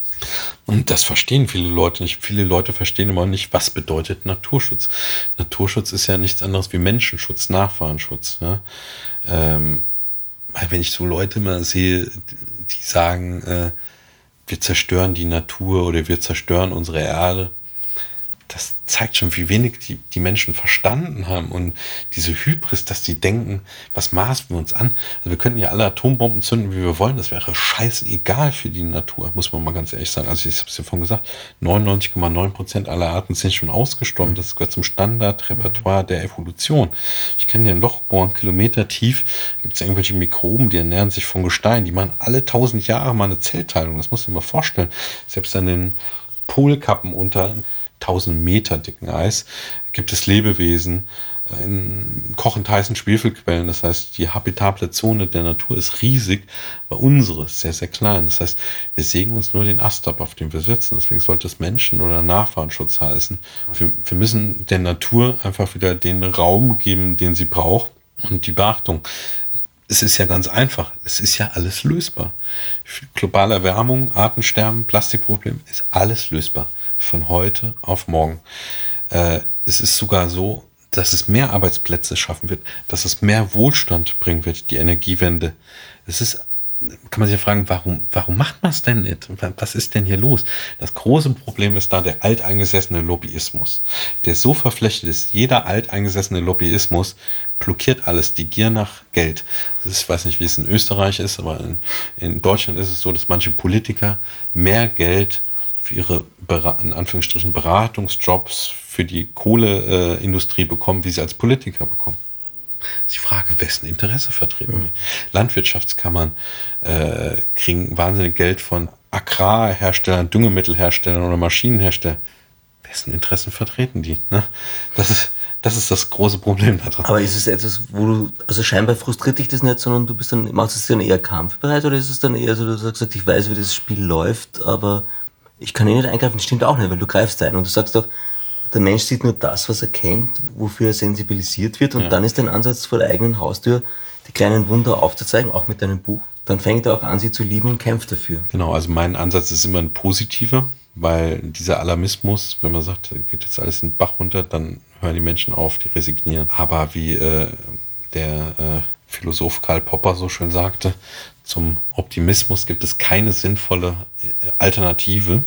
Und das verstehen viele Leute nicht. Viele Leute verstehen immer nicht, was bedeutet Naturschutz. Naturschutz ist ja nichts anderes wie Menschenschutz, Nachfahrenschutz. Ja? Ähm, weil wenn ich so Leute mal sehe, die sagen, äh, wir zerstören die Natur oder wir zerstören unsere Erde. Das zeigt schon, wie wenig die, die Menschen verstanden haben und diese Hybris, dass die denken, was maßen wir uns an? Also wir könnten ja alle Atombomben zünden, wie wir wollen. Das wäre scheißegal für die Natur, muss man mal ganz ehrlich sagen. Also ich habe es ja vorhin gesagt, neunundneunzig Komma neun Prozent aller Arten sind schon ausgestorben. Das gehört zum Standardrepertoire der Evolution. Ich kann ja ein Loch bohren, Kilometer tief. Gibt es irgendwelche Mikroben, die ernähren sich von Gestein. Die machen alle tausend Jahre mal eine Zellteilung. Das muss man mal vorstellen. Selbst an den Polkappen unter tausend Meter dicken Eis gibt es Lebewesen in kochend heißen Schwefelquellen. Das heißt, die habitable Zone der Natur ist riesig, aber unsere ist sehr, sehr klein. Das heißt, wir sägen uns nur den Ast ab, auf dem wir sitzen. Deswegen sollte es Menschen- oder Nachfahrenschutz heißen. Wir, wir müssen der Natur einfach wieder den Raum geben, den sie braucht und die Beachtung. Es ist ja ganz einfach. Es ist ja alles lösbar. Globale Erwärmung, Artensterben, Plastikproblem ist alles lösbar. Von heute auf morgen. Äh, es ist sogar so, dass es mehr Arbeitsplätze schaffen wird, dass es mehr Wohlstand bringen wird, die Energiewende. Es ist, kann man sich ja fragen, warum, warum macht man es denn nicht? Was ist denn hier los? Das große Problem ist da der alteingesessene Lobbyismus, der so verflechtet ist. Jeder alteingesessene Lobbyismus blockiert alles, die Gier nach Geld. Das ist, ich weiß nicht, wie es in Österreich ist, aber in, in Deutschland ist es so, dass manche Politiker mehr Geld für ihre, in Anführungsstrichen, Beratungsjobs für die Kohleindustrie bekommen, wie sie als Politiker bekommen. Das ist die Frage, wessen Interesse vertreten die? Mhm. Landwirtschaftskammern äh, kriegen wahnsinnig Geld von Agrarherstellern, Düngemittelherstellern oder Maschinenherstellern. Wessen Interessen vertreten die? Ne? Das ist, das ist das große Problem da dran. Aber ist es etwas, wo du, also scheinbar frustriert dich das nicht, sondern du bist dann, machst es dann eher kampfbereit oder ist es dann eher so, dass du sagst, ich weiß, wie das Spiel läuft, aber ich kann eh nicht eingreifen, das stimmt auch nicht, weil du greifst ein und du sagst doch, der Mensch sieht nur das, was er kennt, wofür er sensibilisiert wird und ja. Dann ist dein Ansatz vor der eigenen Haustür, die kleinen Wunder aufzuzeigen, auch mit deinem Buch. Dann fängt er auch an, sie zu lieben und kämpft dafür. Genau, also mein Ansatz ist immer ein positiver, weil dieser Alarmismus, wenn man sagt, geht jetzt alles in den Bach runter, dann hören die Menschen auf, die resignieren. Aber wie äh, der äh, Philosoph Karl Popper so schön sagte, zum Optimismus gibt es keine sinnvolle Alternative.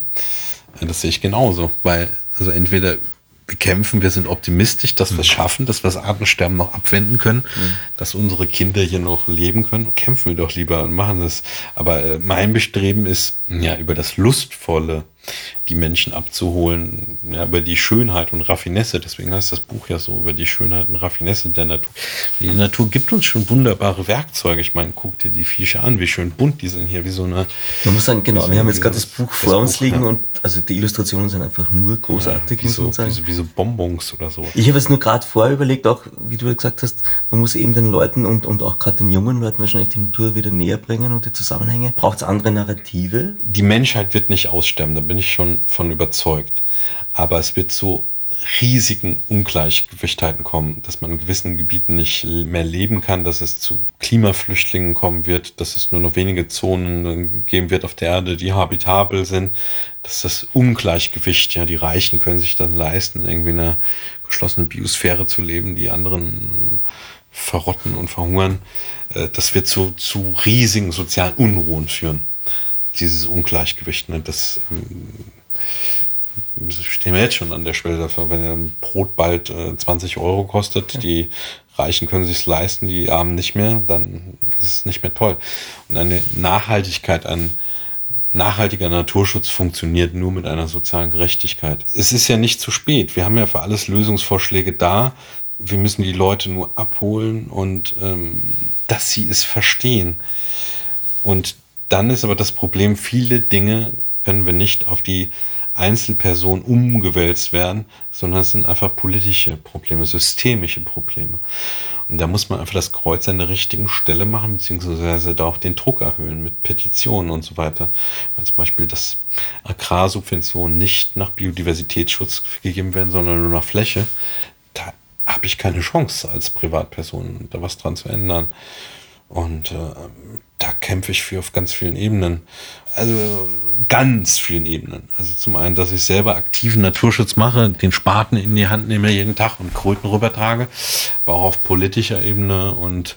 Das sehe ich genauso, weil also entweder wir kämpfen, wir sind optimistisch, dass wir es schaffen, dass wir das Artensterben noch abwenden können, mhm. dass unsere Kinder hier noch leben können. Kämpfen wir doch lieber und machen das. Aber äh, mein Bestreben ist, ja, über das Lustvolle die Menschen abzuholen, ja, über die Schönheit und Raffinesse. Deswegen heißt das Buch ja so, über die Schönheit und Raffinesse der Natur. Die Natur gibt uns schon wunderbare Werkzeuge. Ich meine, guck dir die Viecher an, wie schön bunt die sind hier, wie so eine... Man muss sagen, genau, wir haben jetzt gerade das Buch vor uns Buch, liegen ja. Und also die Illustrationen sind einfach nur großartig, ja, wie, so, muss man sagen. Wie, so, wie so Bonbons oder so. Ich habe es nur gerade vorher überlegt, auch wie du gesagt hast, man muss eben den Leuten und, und auch gerade den jungen Leuten wahrscheinlich die Natur wieder näher bringen und die Zusammenhänge. Braucht es andere Narrative? Die Menschheit wird nicht aussterben, da bin ich schon von überzeugt. Aber es wird so riesigen Ungleichgewichtheiten kommen, dass man in gewissen Gebieten nicht mehr leben kann, dass es zu Klimaflüchtlingen kommen wird, dass es nur noch wenige Zonen geben wird auf der Erde, die habitabel sind, dass das Ungleichgewicht, ja, die Reichen können sich dann leisten, irgendwie in einer geschlossenen Biosphäre zu leben, die anderen verrotten und verhungern, das wird zu, zu riesigen sozialen Unruhen führen. Dieses Ungleichgewicht, ne, das stehen wir jetzt schon an der Schwelle dafür, wenn ein Brot bald äh, zwanzig Euro kostet, ja. Die Reichen können sich leisten, die Armen nicht mehr, dann ist es nicht mehr toll. Und eine Nachhaltigkeit, ein nachhaltiger Naturschutz funktioniert nur mit einer sozialen Gerechtigkeit. Es ist ja nicht zu spät. Wir haben ja für alles Lösungsvorschläge da. Wir müssen die Leute nur abholen und ähm, dass sie es verstehen. Und dann ist aber das Problem, viele Dinge können wir nicht auf die Einzelperson umgewälzt werden, sondern es sind einfach politische Probleme, systemische Probleme. Und da muss man einfach das Kreuz an der richtigen Stelle machen, beziehungsweise da auch den Druck erhöhen mit Petitionen und so weiter. Weil zum Beispiel, dass Agrarsubventionen nicht nach Biodiversitätsschutz gegeben werden, sondern nur nach Fläche. Da habe ich keine Chance als Privatperson, da was dran zu ändern. Und äh, da kämpfe ich für auf ganz vielen Ebenen. Also ganz vielen Ebenen. Also zum einen, dass ich selber aktiven Naturschutz mache, den Spaten in die Hand nehme jeden Tag und Kröten rübertrage, aber auch auf politischer Ebene und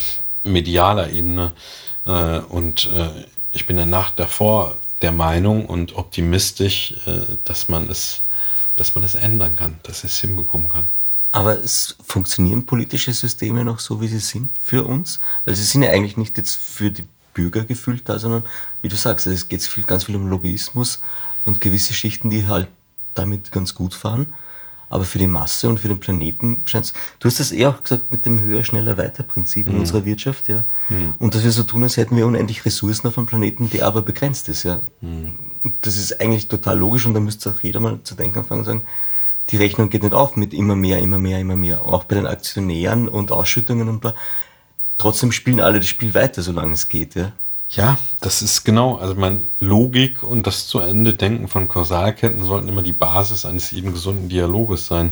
medialer Ebene. Äh, und äh, ich bin danach davor der Meinung und optimistisch, äh, dass man es, dass man es ändern kann, dass es hinbekommen kann. Aber es funktionieren politische Systeme noch so, wie sie sind für uns? Weil sie sind ja eigentlich nicht jetzt für die Bürger gefühlt da, sondern, wie du sagst, es geht viel, ganz viel um Lobbyismus und gewisse Schichten, die halt damit ganz gut fahren. Aber für die Masse und für den Planeten scheint es... Du hast das eh auch gesagt mit dem Höher, Schneller, Weiter-Prinzip in mhm. unserer Wirtschaft, ja. Mhm. Und dass wir so tun, als hätten wir unendlich Ressourcen auf einem Planeten, die aber begrenzt ist, ja. Mhm. Das ist eigentlich total logisch und da müsste auch jeder mal zu denken anfangen und sagen, die Rechnung geht nicht auf mit immer mehr, immer mehr, immer mehr. Auch bei den Aktionären und Ausschüttungen und bla. Trotzdem spielen alle das Spiel weiter, solange es geht, ja. Ja, das ist genau, also meine Logik und das zu Ende Denken von Kausalketten sollten immer die Basis eines jeden gesunden Dialoges sein.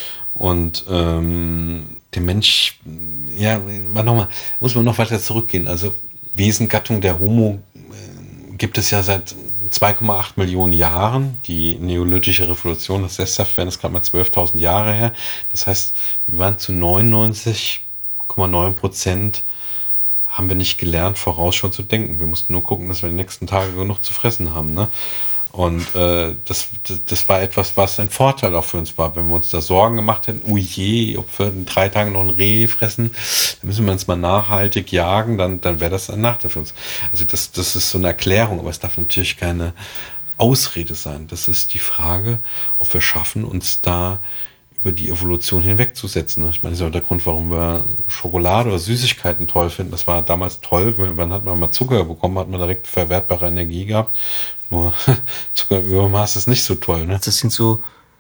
Und ähm, der Mensch, ja, nochmal, muss man noch weiter zurückgehen. Also Wesengattung der Homo äh, gibt es ja seit zwei Komma acht Millionen Jahren. Die Neolithische Revolution, das Sesshaftwerden, ist gerade mal zwölftausend Jahre her. Das heißt, wir waren zu neunundneunzig Komma neun Prozent haben wir nicht gelernt, vorausschauend zu denken. Wir mussten nur gucken, dass wir die nächsten Tage genug zu fressen haben. Ne? Und äh, das, das, das war etwas, was ein Vorteil auch für uns war. Wenn wir uns da Sorgen gemacht hätten, oh je, ob wir in drei Tagen noch ein Reh fressen, dann müssen wir uns mal nachhaltig jagen, dann, dann wäre das ein Nachteil für uns. Also das, das ist so eine Erklärung, aber es darf natürlich keine Ausrede sein. Das ist die Frage, ob wir schaffen, uns da über die Evolution hinwegzusetzen. Ich meine, das ist auch der Grund, warum wir Schokolade oder Süßigkeiten toll finden. Das war damals toll, wann hat man mal Zucker bekommen, hat man direkt verwertbare Energie gehabt. Nur Zuckerübermaß ist nicht so toll. Ne? Das sind so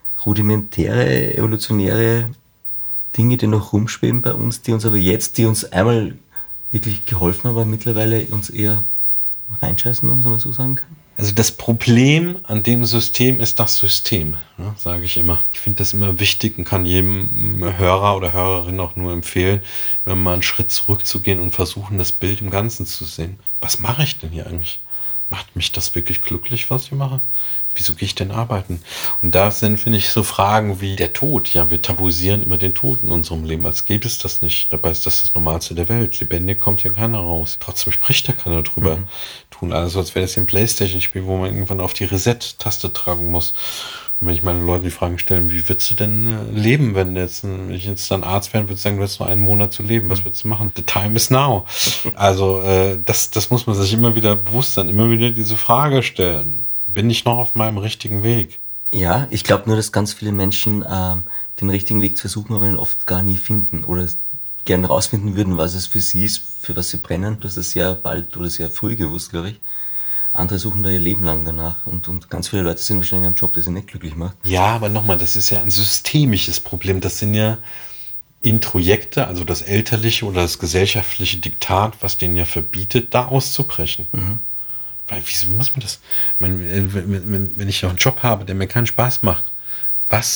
rudimentäre, evolutionäre Dinge, die noch rumschweben bei uns, die uns aber jetzt, die uns einmal wirklich geholfen haben, aber mittlerweile uns eher reinscheißen, wenn man so sagen kann. Also das Problem an dem System ist das System, ne, sage ich immer. Ich finde das immer wichtig und kann jedem Hörer oder Hörerin auch nur empfehlen, immer mal einen Schritt zurückzugehen und versuchen, das Bild im Ganzen zu sehen. Was mache ich denn hier eigentlich? Macht mich das wirklich glücklich, was ich mache? Wieso gehe ich denn arbeiten? Und da sind, finde ich, so Fragen wie der Tod. Ja, wir tabuisieren immer den Tod in unserem Leben, als gäbe es das nicht. Dabei ist das das Normalste der Welt. Lebendig kommt ja keiner raus. Trotzdem spricht da keiner drüber. Mhm. Tun alles so, als wäre das ein Playstation-Spiel, wo man irgendwann auf die Reset-Taste tragen muss. Und wenn ich meine Leute die Fragen stellen, wie würdest du denn äh, leben, wenn du jetzt, wenn ich jetzt dann Arzt wäre, würde ich sagen, du hast nur einen Monat zu leben, was würdest du machen? The time is now. Also äh, das, das muss man sich immer wieder bewusst sein, immer wieder diese Frage stellen. Bin ich noch auf meinem richtigen Weg? Ja, ich glaube nur, dass ganz viele Menschen äh, den richtigen Weg versuchen, aber ihn oft gar nie finden oder gerne rausfinden würden, was es für sie ist, für was sie brennen. Du hast das sehr bald oder sehr früh gewusst, glaube ich. Andere suchen da ihr Leben lang danach und, und ganz viele Leute sind wahrscheinlich in einem Job, der sie nicht glücklich macht. Ja, aber nochmal, das ist ja ein systemisches Problem. Das sind ja Introjekte, also das elterliche oder das gesellschaftliche Diktat, was denen ja verbietet, da auszubrechen. Mhm. Weil, wieso muss man das? Ich meine, wenn, wenn, wenn ich ja einen Job habe, der mir keinen Spaß macht, was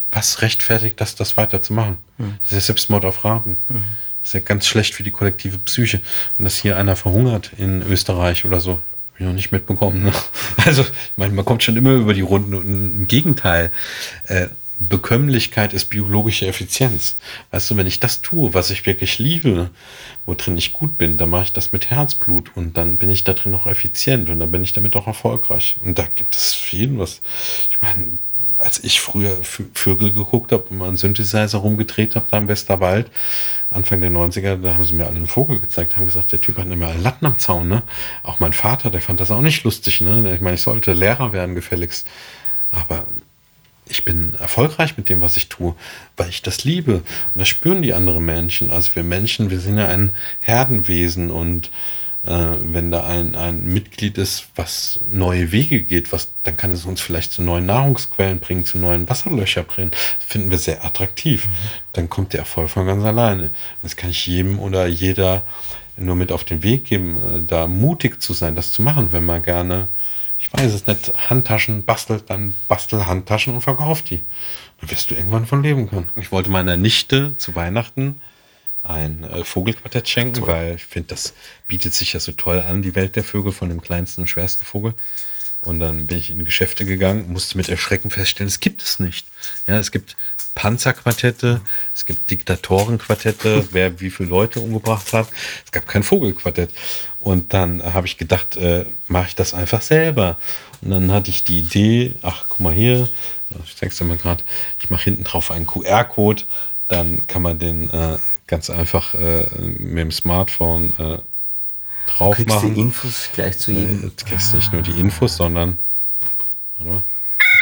was rechtfertigt das, das weiterzumachen? Mhm. Das ist ja Selbstmord auf Raten. Mhm. Das ist ja ganz schlecht für die kollektive Psyche. Und dass hier einer verhungert in Österreich oder so, habe ich noch nicht mitbekommen. Ne? Also, ich meine, man kommt schon immer über die Runden und im Gegenteil, äh, Bekömmlichkeit ist biologische Effizienz. Weißt du, wenn ich das tue, was ich wirklich liebe, worin ich gut bin, dann mache ich das mit Herzblut und dann bin ich da drin auch effizient und dann bin ich damit auch erfolgreich. Und da gibt es viel was. Ich meine, als ich früher Vögel geguckt habe und mal einen Synthesizer rumgedreht habe da im Westerwald, Anfang der neunziger, da haben sie mir alle einen Vogel gezeigt, haben gesagt, der Typ hat immer einen Latten am Zaun. Ne? Auch mein Vater, der fand das auch nicht lustig. Ne? Ich meine, ich sollte Lehrer werden gefälligst. Aber ich bin erfolgreich mit dem, was ich tue, weil ich das liebe. Und das spüren die anderen Menschen. Also wir Menschen, wir sind ja ein Herdenwesen. Und äh, wenn da ein, ein Mitglied ist, was neue Wege geht, was, dann kann es uns vielleicht zu neuen Nahrungsquellen bringen, zu neuen Wasserlöchern bringen. Das finden wir sehr attraktiv. Mhm. Dann kommt der Erfolg von ganz alleine. Das kann ich jedem oder jeder nur mit auf den Weg geben, da mutig zu sein, das zu machen, wenn man gerne, ich weiß es nicht, Handtaschen bastelt, dann bastel Handtaschen und verkauft die. Dann wirst du irgendwann von leben können. Ich wollte meiner Nichte zu Weihnachten ein äh, Vogelquartett schenken, toll. Weil ich finde, das bietet sich ja so toll an, die Welt der Vögel, von dem kleinsten und schwersten Vogel. Und dann bin ich in Geschäfte gegangen, musste mit Erschrecken feststellen, es gibt es nicht. Ja, es gibt Panzerquartette, es gibt Diktatorenquartette, wer wie viele Leute umgebracht hat. Es gab kein Vogelquartett. Und dann habe ich gedacht, äh, mache ich das einfach selber. Und dann hatte ich die Idee, ach, guck mal hier, ich zeig's dir mal gerade, ich mache hinten drauf einen Q R-Code, dann kann man den äh, ganz einfach äh, mit dem Smartphone äh, drauf du kriegst machen. Die Infos gleich zu jedem. Äh, du kriegst ah. nicht nur die Infos, sondern warte mal.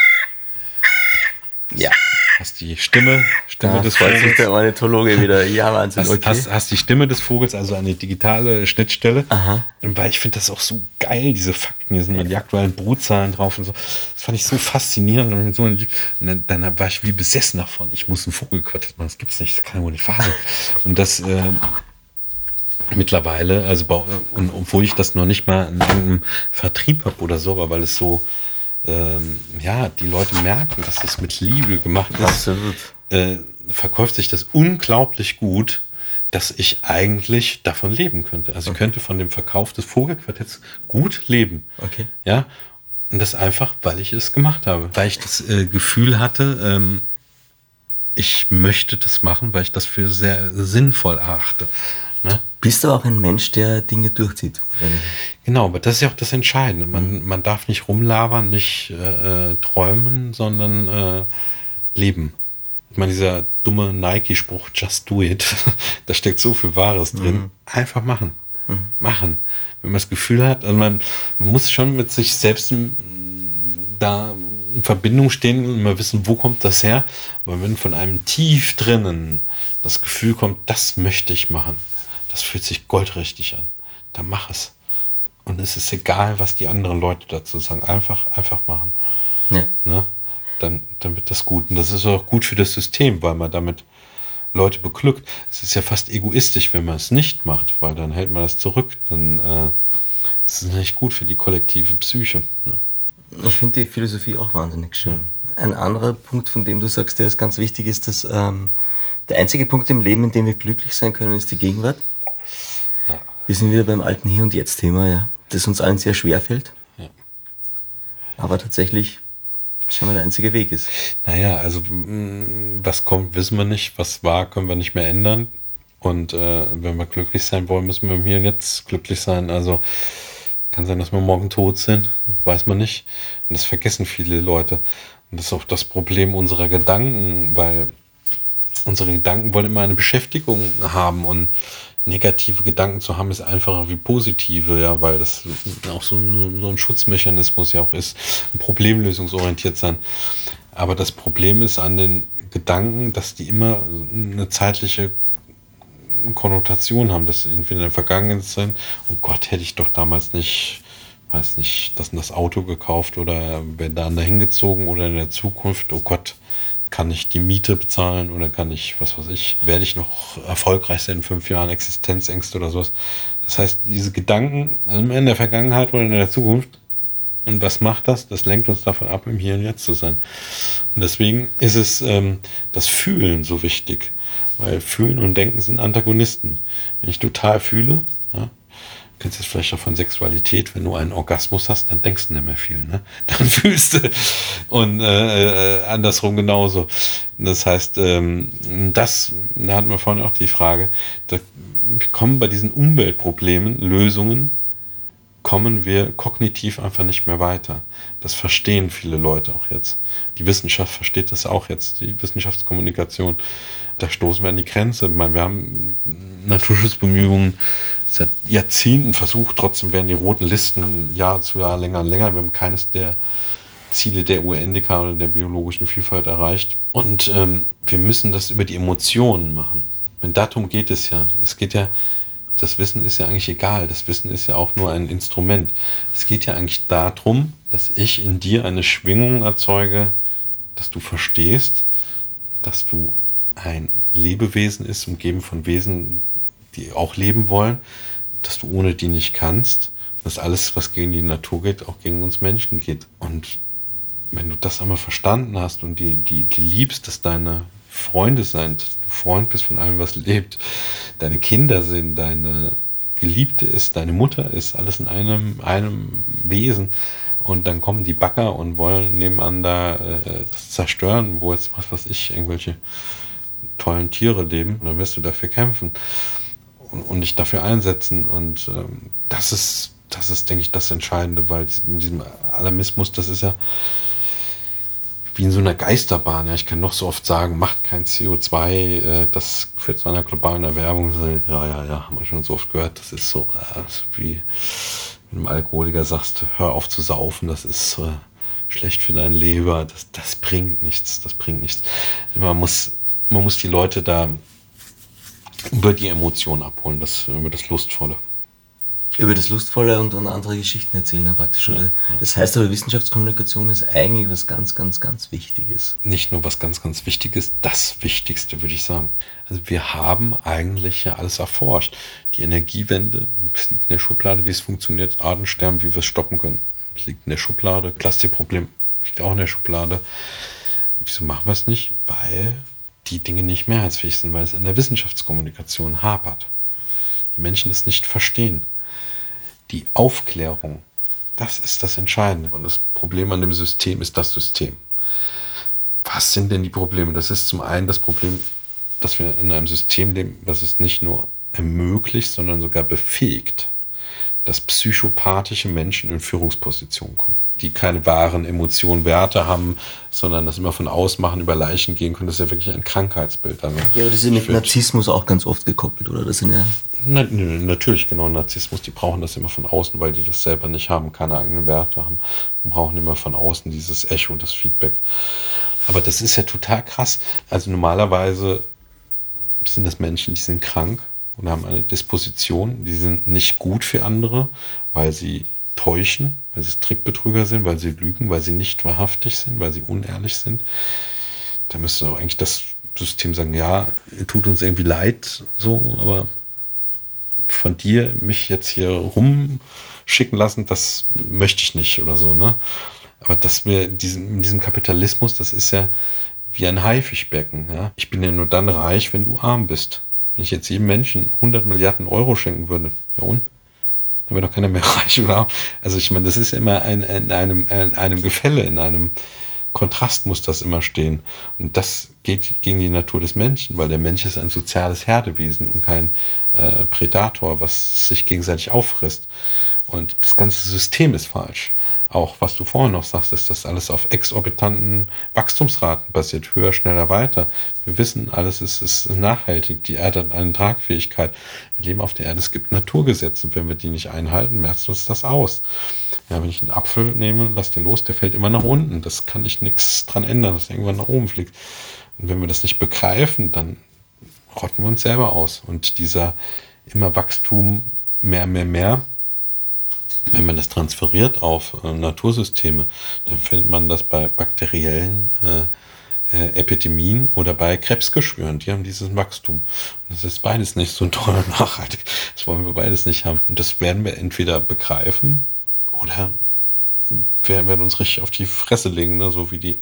Ja. Hast die Stimme, Stimme da des Vogels. Vogels. Der Ornithologe wieder. Ja, Wahnsinn. Hast, okay. hast, hast die Stimme des Vogels, also eine digitale Schnittstelle. Aha. Und weil ich finde das auch so geil, diese Fakten. Hier sind mal die aktuellen Brutzahlen drauf und so. Das fand ich so faszinierend. Und, so und dann, dann war ich wie besessen davon. Ich muss ein Vogelquartett machen. Das gibt's nicht. Das kann ja wohl nicht wahr sein. Und das äh, mittlerweile, also und obwohl ich das noch nicht mal in einem Vertrieb habe oder so, aber weil es so Ähm, ja, die Leute merken, dass das mit Liebe gemacht ist, absolut. Äh, verkauft sich das unglaublich gut, dass ich eigentlich davon leben könnte. Also okay. Ich könnte von dem Verkauf des Vogelquartetts gut leben. Okay. Ja, und das einfach, weil ich es gemacht habe. Weil ich das äh, Gefühl hatte, ähm, ich möchte das machen, weil ich das für sehr sinnvoll erachte. Ne? Bist du auch ein Mensch, der Dinge durchzieht? Genau, aber das ist ja auch das Entscheidende. Man, man darf nicht rumlabern, nicht äh, träumen, sondern äh, leben. Ich meine, dieser dumme Nike-Spruch, just do it, da steckt so viel Wahres drin. Mhm. Einfach machen. Mhm. Machen. Wenn man das Gefühl hat, also man, man muss schon mit sich selbst da in Verbindung stehen und mal wissen, wo kommt das her. Aber wenn von einem tief drinnen das Gefühl kommt, das möchte ich machen, das fühlt sich goldrichtig an, dann mach es. Und es ist egal, was die anderen Leute dazu sagen. Einfach, einfach machen. Ja. Ne? Dann, dann wird das gut. Und das ist auch gut für das System, weil man damit Leute beglückt. Es ist ja fast egoistisch, wenn man es nicht macht, weil dann hält man das zurück. Dann äh, ist es nicht gut für die kollektive Psyche. Ne? Ich finde die Philosophie auch wahnsinnig schön. Ein anderer Punkt, von dem du sagst, der ist ganz wichtig, ist, dass ähm, der einzige Punkt im Leben, in dem wir glücklich sein können, ist die Gegenwart. Ja. Wir sind wieder beim alten Hier- und Jetzt-Thema, ja, das uns allen sehr schwer fällt. Ja. Aber tatsächlich scheinbar der einzige Weg ist. Naja, also was kommt, wissen wir nicht. Was war, können wir nicht mehr ändern. Und äh, wenn wir glücklich sein wollen, müssen wir im Hier und Jetzt glücklich sein. Also kann sein, dass wir morgen tot sind, weiß man nicht. Und das vergessen viele Leute. Und das ist auch das Problem unserer Gedanken, weil unsere Gedanken wollen immer eine Beschäftigung haben und negative Gedanken zu haben ist einfacher wie positive, ja, weil das auch so ein, so ein Schutzmechanismus ja auch ist, ein problemlösungsorientiert sein. Aber das Problem ist an den Gedanken, dass die immer eine zeitliche Konnotation haben, dass sie entweder in der Vergangenheit sind, oh Gott, hätte ich doch damals nicht, weiß nicht, das und das Auto gekauft oder wäre da hingezogen oder in der Zukunft, oh Gott, kann ich die Miete bezahlen oder kann ich, was weiß ich, werde ich noch erfolgreich sein in fünf Jahren, Existenzängste oder sowas. Das heißt, diese Gedanken, also in der Vergangenheit oder in der Zukunft, Und was macht das? Das lenkt uns davon ab, im Hier und Jetzt zu sein. Und deswegen ist es ähm, das Fühlen so wichtig. Weil Fühlen und Denken sind Antagonisten. Wenn ich total fühle, ja, du kennst jetzt vielleicht auch von Sexualität, wenn du einen Orgasmus hast, dann denkst du nicht mehr viel, ne? Dann fühlst du. Und äh, andersrum genauso. Das heißt, ähm, das, da hatten wir vorhin auch die Frage, da kommen bei diesen Umweltproblemen Lösungen, kommen wir kognitiv einfach nicht mehr weiter. Das verstehen viele Leute auch jetzt. Die Wissenschaft versteht das auch jetzt, die Wissenschaftskommunikation. Da stoßen wir an die Grenze. Ich meine, wir haben Naturschutzbemühungen seit Jahrzehnten versucht, trotzdem werden die roten Listen Jahr zu Jahr länger und länger. Wir haben keines der Ziele der U N D K oder der biologischen Vielfalt erreicht. Und ähm, wir müssen das über die Emotionen machen. Denn darum geht es ja. Es geht ja Das Wissen ist ja eigentlich egal. Das Wissen ist ja auch nur ein Instrument. Es geht ja eigentlich darum, dass ich in dir eine Schwingung erzeuge, dass du verstehst, dass du ein Lebewesen ist, umgeben von Wesen, die auch leben wollen, dass du ohne die nicht kannst, dass alles, was gegen die Natur geht, auch gegen uns Menschen geht. Und wenn du das einmal verstanden hast und die, die, die liebst, dass deine Freunde sind, du Freund bist von allem, was lebt, deine Kinder sind, deine Geliebte ist, deine Mutter ist, alles in einem, einem Wesen. Und dann kommen die Bagger und wollen nebenan da äh, das zerstören, wo jetzt, was weiß ich, irgendwelche tollen Tiere leben. Und dann wirst du dafür kämpfen und, und dich dafür einsetzen. Und ähm, das ist, das ist, denke ich, das Entscheidende, weil mit diesem Alarmismus, das ist ja wie in so einer Geisterbahn. Ja, ich kann noch so oft sagen, macht kein C O zwei, äh, das führt zu einer globalen Erwärmung. Ja, ja, ja, haben wir schon so oft gehört. Das ist so, äh, wie wenn du einem Alkoholiker sagst, hör auf zu saufen, das ist äh, schlecht für deinen Leber. Das, das bringt nichts, das bringt nichts. Man muss, man muss die Leute da über die Emotionen abholen, das, über das Lustvolle. Über das Lustvolle und, und andere Geschichten erzählen dann praktisch. Ja, ja. Das heißt aber, Wissenschaftskommunikation ist eigentlich was ganz, ganz, ganz Wichtiges. Nicht nur was ganz, ganz Wichtiges, das Wichtigste, würde ich sagen. Also wir haben eigentlich ja alles erforscht. Die Energiewende, es liegt in der Schublade, wie es funktioniert, Artensterben, wie wir es stoppen können. Es liegt in der Schublade, Plastikproblem liegt auch in der Schublade. Wieso machen wir es nicht? Weil die Dinge nicht mehrheitsfähig sind, weil es an der Wissenschaftskommunikation hapert. Die Menschen es nicht verstehen. Die Aufklärung, das ist das Entscheidende. Und das Problem an dem System ist das System. Was sind denn die Probleme? Das ist zum einen das Problem, dass wir in einem System leben, was es nicht nur ermöglicht, sondern sogar befähigt, dass psychopathische Menschen in Führungspositionen kommen, die keine wahren Emotionen, Werte haben, sondern das immer von außen machen, über Leichen gehen können. Das ist ja wirklich ein Krankheitsbild. Also ja, aber das ist ja mit Narzissmus auch ganz oft gekoppelt, oder? Das sind ja Na, natürlich, genau, Narzissmus, die brauchen das immer von außen, weil die das selber nicht haben, keine eigenen Werte haben. Wir brauchen immer von außen dieses Echo, das Feedback. Aber das ist ja total krass. Also normalerweise sind das Menschen, die sind krank und haben eine Disposition, die sind nicht gut für andere, weil sie täuschen, weil sie Trickbetrüger sind, weil sie lügen, weil sie nicht wahrhaftig sind, weil sie unehrlich sind. Da müsste auch eigentlich das System sagen, ja, tut uns irgendwie leid, so, aber von dir mich jetzt hier rumschicken lassen, das möchte ich nicht oder so, ne? Aber dass wir in diesem, in diesem Kapitalismus, das ist ja wie ein Haifischbecken, ja? Ich bin ja nur dann reich, wenn du arm bist. Wenn ich jetzt jedem Menschen hundert Milliarden Euro schenken würde, ja und? Dann wäre doch keiner mehr reich oder arm. Also ich meine, das ist ja immer ein, in einem, in einem Gefälle, in einem Kontrast muss das immer stehen. Und das geht gegen die Natur des Menschen, weil der Mensch ist ein soziales Herdewesen und kein äh, Prädator, was sich gegenseitig auffrisst. Und das ganze System ist falsch. Auch was du vorhin noch sagst, ist, dass alles auf exorbitanten Wachstumsraten basiert. Höher, schneller, weiter. Wir wissen, alles ist, ist nachhaltig. Die Erde hat eine Tragfähigkeit. Wir leben auf der Erde. Es gibt Naturgesetze. Wenn wir die nicht einhalten, merzt uns das aus. Ja, wenn ich einen Apfel nehme, lass den los, der fällt immer nach unten. Das kann ich nichts dran ändern, dass er irgendwann nach oben fliegt. Und wenn wir das nicht begreifen, dann rotten wir uns selber aus. Und dieser immer Wachstum, mehr, mehr, mehr, wenn man das transferiert auf äh, Natursysteme, dann findet man das bei bakteriellen äh, äh, Epidemien oder bei Krebsgeschwüren. Die haben dieses Wachstum. Und das ist beides nicht so toll und nachhaltig. Das wollen wir beides nicht haben. Und das werden wir entweder begreifen oder werden, werden uns richtig auf die Fresse legen, ne? So wie die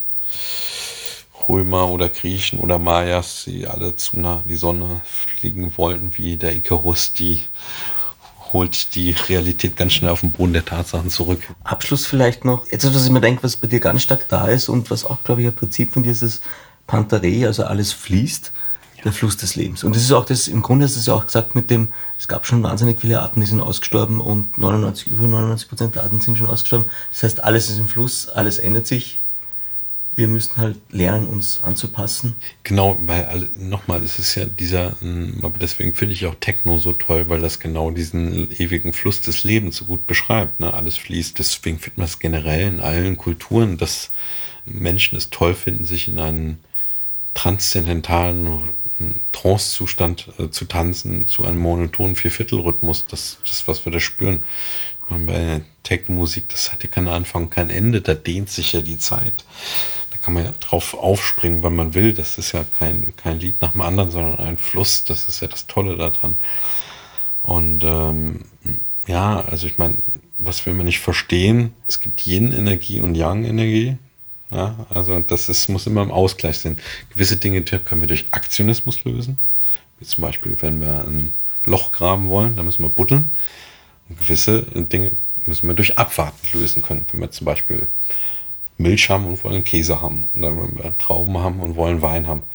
Römer oder Griechen oder Mayas, die alle zu nah an die Sonne fliegen wollten, wie der Icarus, die holt die Realität ganz schnell auf den Boden der Tatsachen zurück. Abschluss vielleicht noch, etwas, was ich mir denke, was bei dir ganz stark da ist und was auch, glaube ich, ein Prinzip von dir ist, ist Pantare, also alles fließt, ja. Der Fluss des Lebens. Und das ist auch das, im Grunde ist es ja auch gesagt mit dem, es gab schon wahnsinnig viele Arten, die sind ausgestorben und neunundneunzig, über neunundneunzig Prozent der Arten sind schon ausgestorben. Das heißt, alles ist im Fluss, alles ändert sich. Wir müssen halt lernen, uns anzupassen. Genau, weil nochmal, es ist ja dieser, aber deswegen finde ich auch Techno so toll, weil das genau diesen ewigen Fluss des Lebens so gut beschreibt. Ne? Alles fließt. Deswegen findet man es generell in allen Kulturen, dass Menschen es toll finden, sich in einen transzendentalen Trance-Zustand äh, zu tanzen, zu einem monotonen Vierviertelrhythmus. Das, das, was wir da spüren. Bei der Techno-Musik, das hat ja keinen Anfang, kein Ende, da dehnt sich ja die Zeit. Da kann man ja drauf aufspringen, wenn man will. Das ist ja kein, kein Lied nach dem anderen, sondern ein Fluss. Das ist ja das Tolle daran. Und ähm, ja, also ich meine, was wir immer nicht verstehen, es gibt Yin-Energie und Yang-Energie. Ja, also das ist, muss immer im Ausgleich sein. Gewisse Dinge können wir durch Aktionismus lösen. Wie zum Beispiel, wenn wir ein Loch graben wollen, dann müssen wir buddeln. Und gewisse Dinge müssen wir durch Abwarten lösen können. Wenn wir zum Beispiel Milch haben und wollen Käse haben. Oder wenn wir Trauben haben und wollen Wein haben.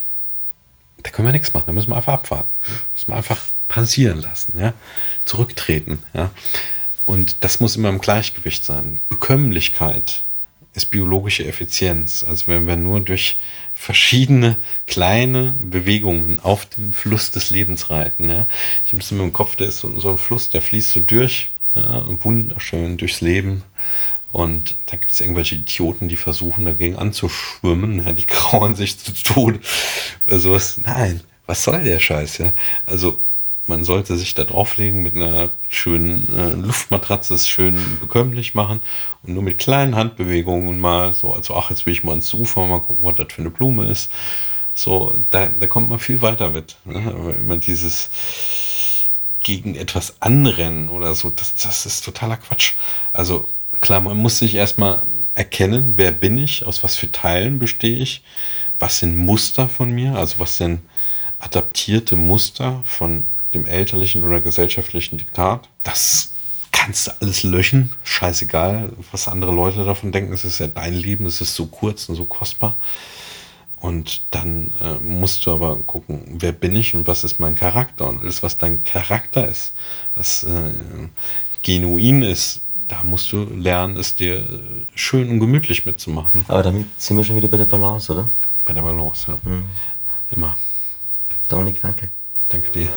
Da können wir nichts machen. Da müssen wir einfach abwarten. Da müssen wir einfach passieren lassen. Ja? Zurücktreten. Ja? Und das muss immer im Gleichgewicht sein. Bekömmlichkeit ist biologische Effizienz. Also wenn wir nur durch verschiedene kleine Bewegungen auf dem Fluss des Lebens reiten. Ja. Ich habe es immer im Kopf, da ist so, so ein Fluss, der fließt so durch, ja, wunderschön durchs Leben. Und da gibt es irgendwelche Idioten, die versuchen dagegen anzuschwimmen, ja, die grauen sich zu Tode. Also was, nein, was soll der Scheiß? Ja? Also man sollte sich da drauflegen mit einer schönen äh, Luftmatratze, es schön bekömmlich machen und nur mit kleinen Handbewegungen mal so, also ach, jetzt will ich mal ins Ufer, mal gucken, was das für eine Blume ist. So, da, da kommt man viel weiter mit. Ne? Aber immer dieses gegen etwas anrennen oder so, das, das ist totaler Quatsch. Also klar, man muss sich erstmal erkennen, wer bin ich, aus was für Teilen bestehe ich, was sind Muster von mir, also was sind adaptierte Muster von dem elterlichen oder gesellschaftlichen Diktat. Das kannst du alles löschen, scheißegal, was andere Leute davon denken. Es ist ja dein Leben, es ist so kurz und so kostbar. Und dann äh, musst du aber gucken, wer bin ich und was ist mein Charakter. Und alles, was dein Charakter ist, was äh, genuin ist, da musst du lernen, es dir schön und gemütlich mitzumachen. Aber damit sind wir schon wieder bei der Balance, oder? Bei der Balance, ja. Mhm. Immer. Dominik, danke. Danke dir.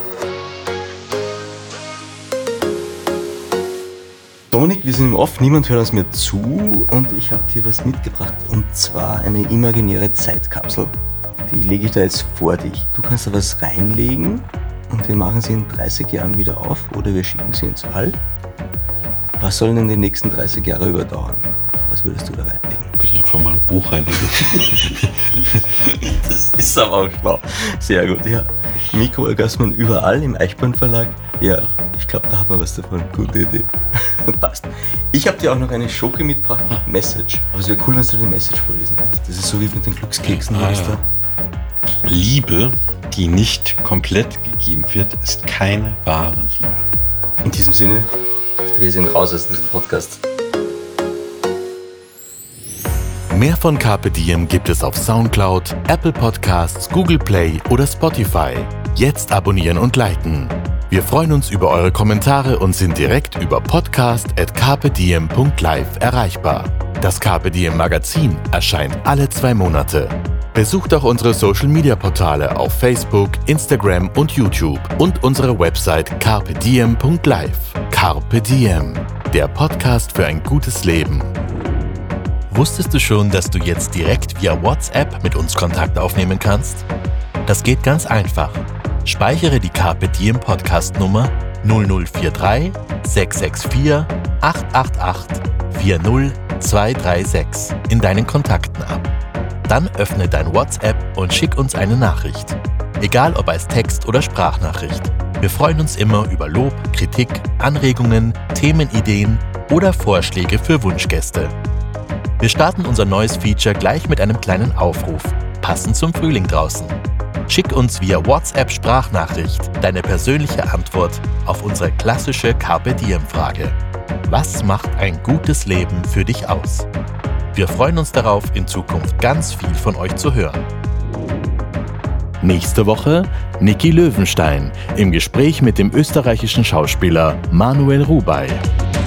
Dominik, wir sind im Off, niemand hört uns mehr zu und ich habe dir was mitgebracht und zwar eine imaginäre Zeitkapsel. Die lege ich da jetzt vor dich. Du kannst da was reinlegen und wir machen sie in dreißig Jahren wieder auf oder wir schicken sie ins All. Was sollen denn die nächsten dreißig Jahre überdauern? Was würdest du da reinlegen? Ich will einfach mal ein Buch reinlegen. Das ist aber auch schlau. Sehr gut, ja. Mikroorgasmen überall im Eichborn Verlag. Ja, ich glaube, da hat man was davon. Gute Idee. Passt. Ich habe dir auch noch eine Schoki mitgebracht. Ah. Message. Aber es wäre cool, wenn du die Message vorlesen kannst. Das ist so wie mit den Glückskeksen. Ah, ja. Liebe, die nicht komplett gegeben wird, ist keine wahre Liebe. In diesem Sinne, wir sind raus aus diesem Podcast. Mehr von Carpe Diem gibt es auf Soundcloud, Apple Podcasts, Google Play oder Spotify. Jetzt abonnieren und liken. Wir freuen uns über eure Kommentare und sind direkt über podcast at carpediem punkt live erreichbar. Das Carpe Diem Magazin erscheint alle zwei Monate. Besucht auch unsere Social-Media-Portale auf Facebook, Instagram und YouTube und unsere Website carpediem punkt live. Carpe Diem, der Podcast für ein gutes Leben. Wusstest du schon, dass du jetzt direkt via WhatsApp mit uns Kontakt aufnehmen kannst? Das geht ganz einfach. Speichere die Carpe Diem Podcast-Nummer null null vier drei sechs sechs vier acht acht acht vier null zwei drei sechs in deinen Kontakten ab. Dann öffne dein WhatsApp und schick uns eine Nachricht. Egal ob als Text oder Sprachnachricht. Wir freuen uns immer über Lob, Kritik, Anregungen, Themenideen oder Vorschläge für Wunschgäste. Wir starten unser neues Feature gleich mit einem kleinen Aufruf, passend zum Frühling draußen. Schick uns via WhatsApp-Sprachnachricht deine persönliche Antwort auf unsere klassische Carpe Diem-Frage. Was macht ein gutes Leben für dich aus? Wir freuen uns darauf, in Zukunft ganz viel von euch zu hören. Nächste Woche Niki Löwenstein im Gespräch mit dem österreichischen Schauspieler Manuel Rubey.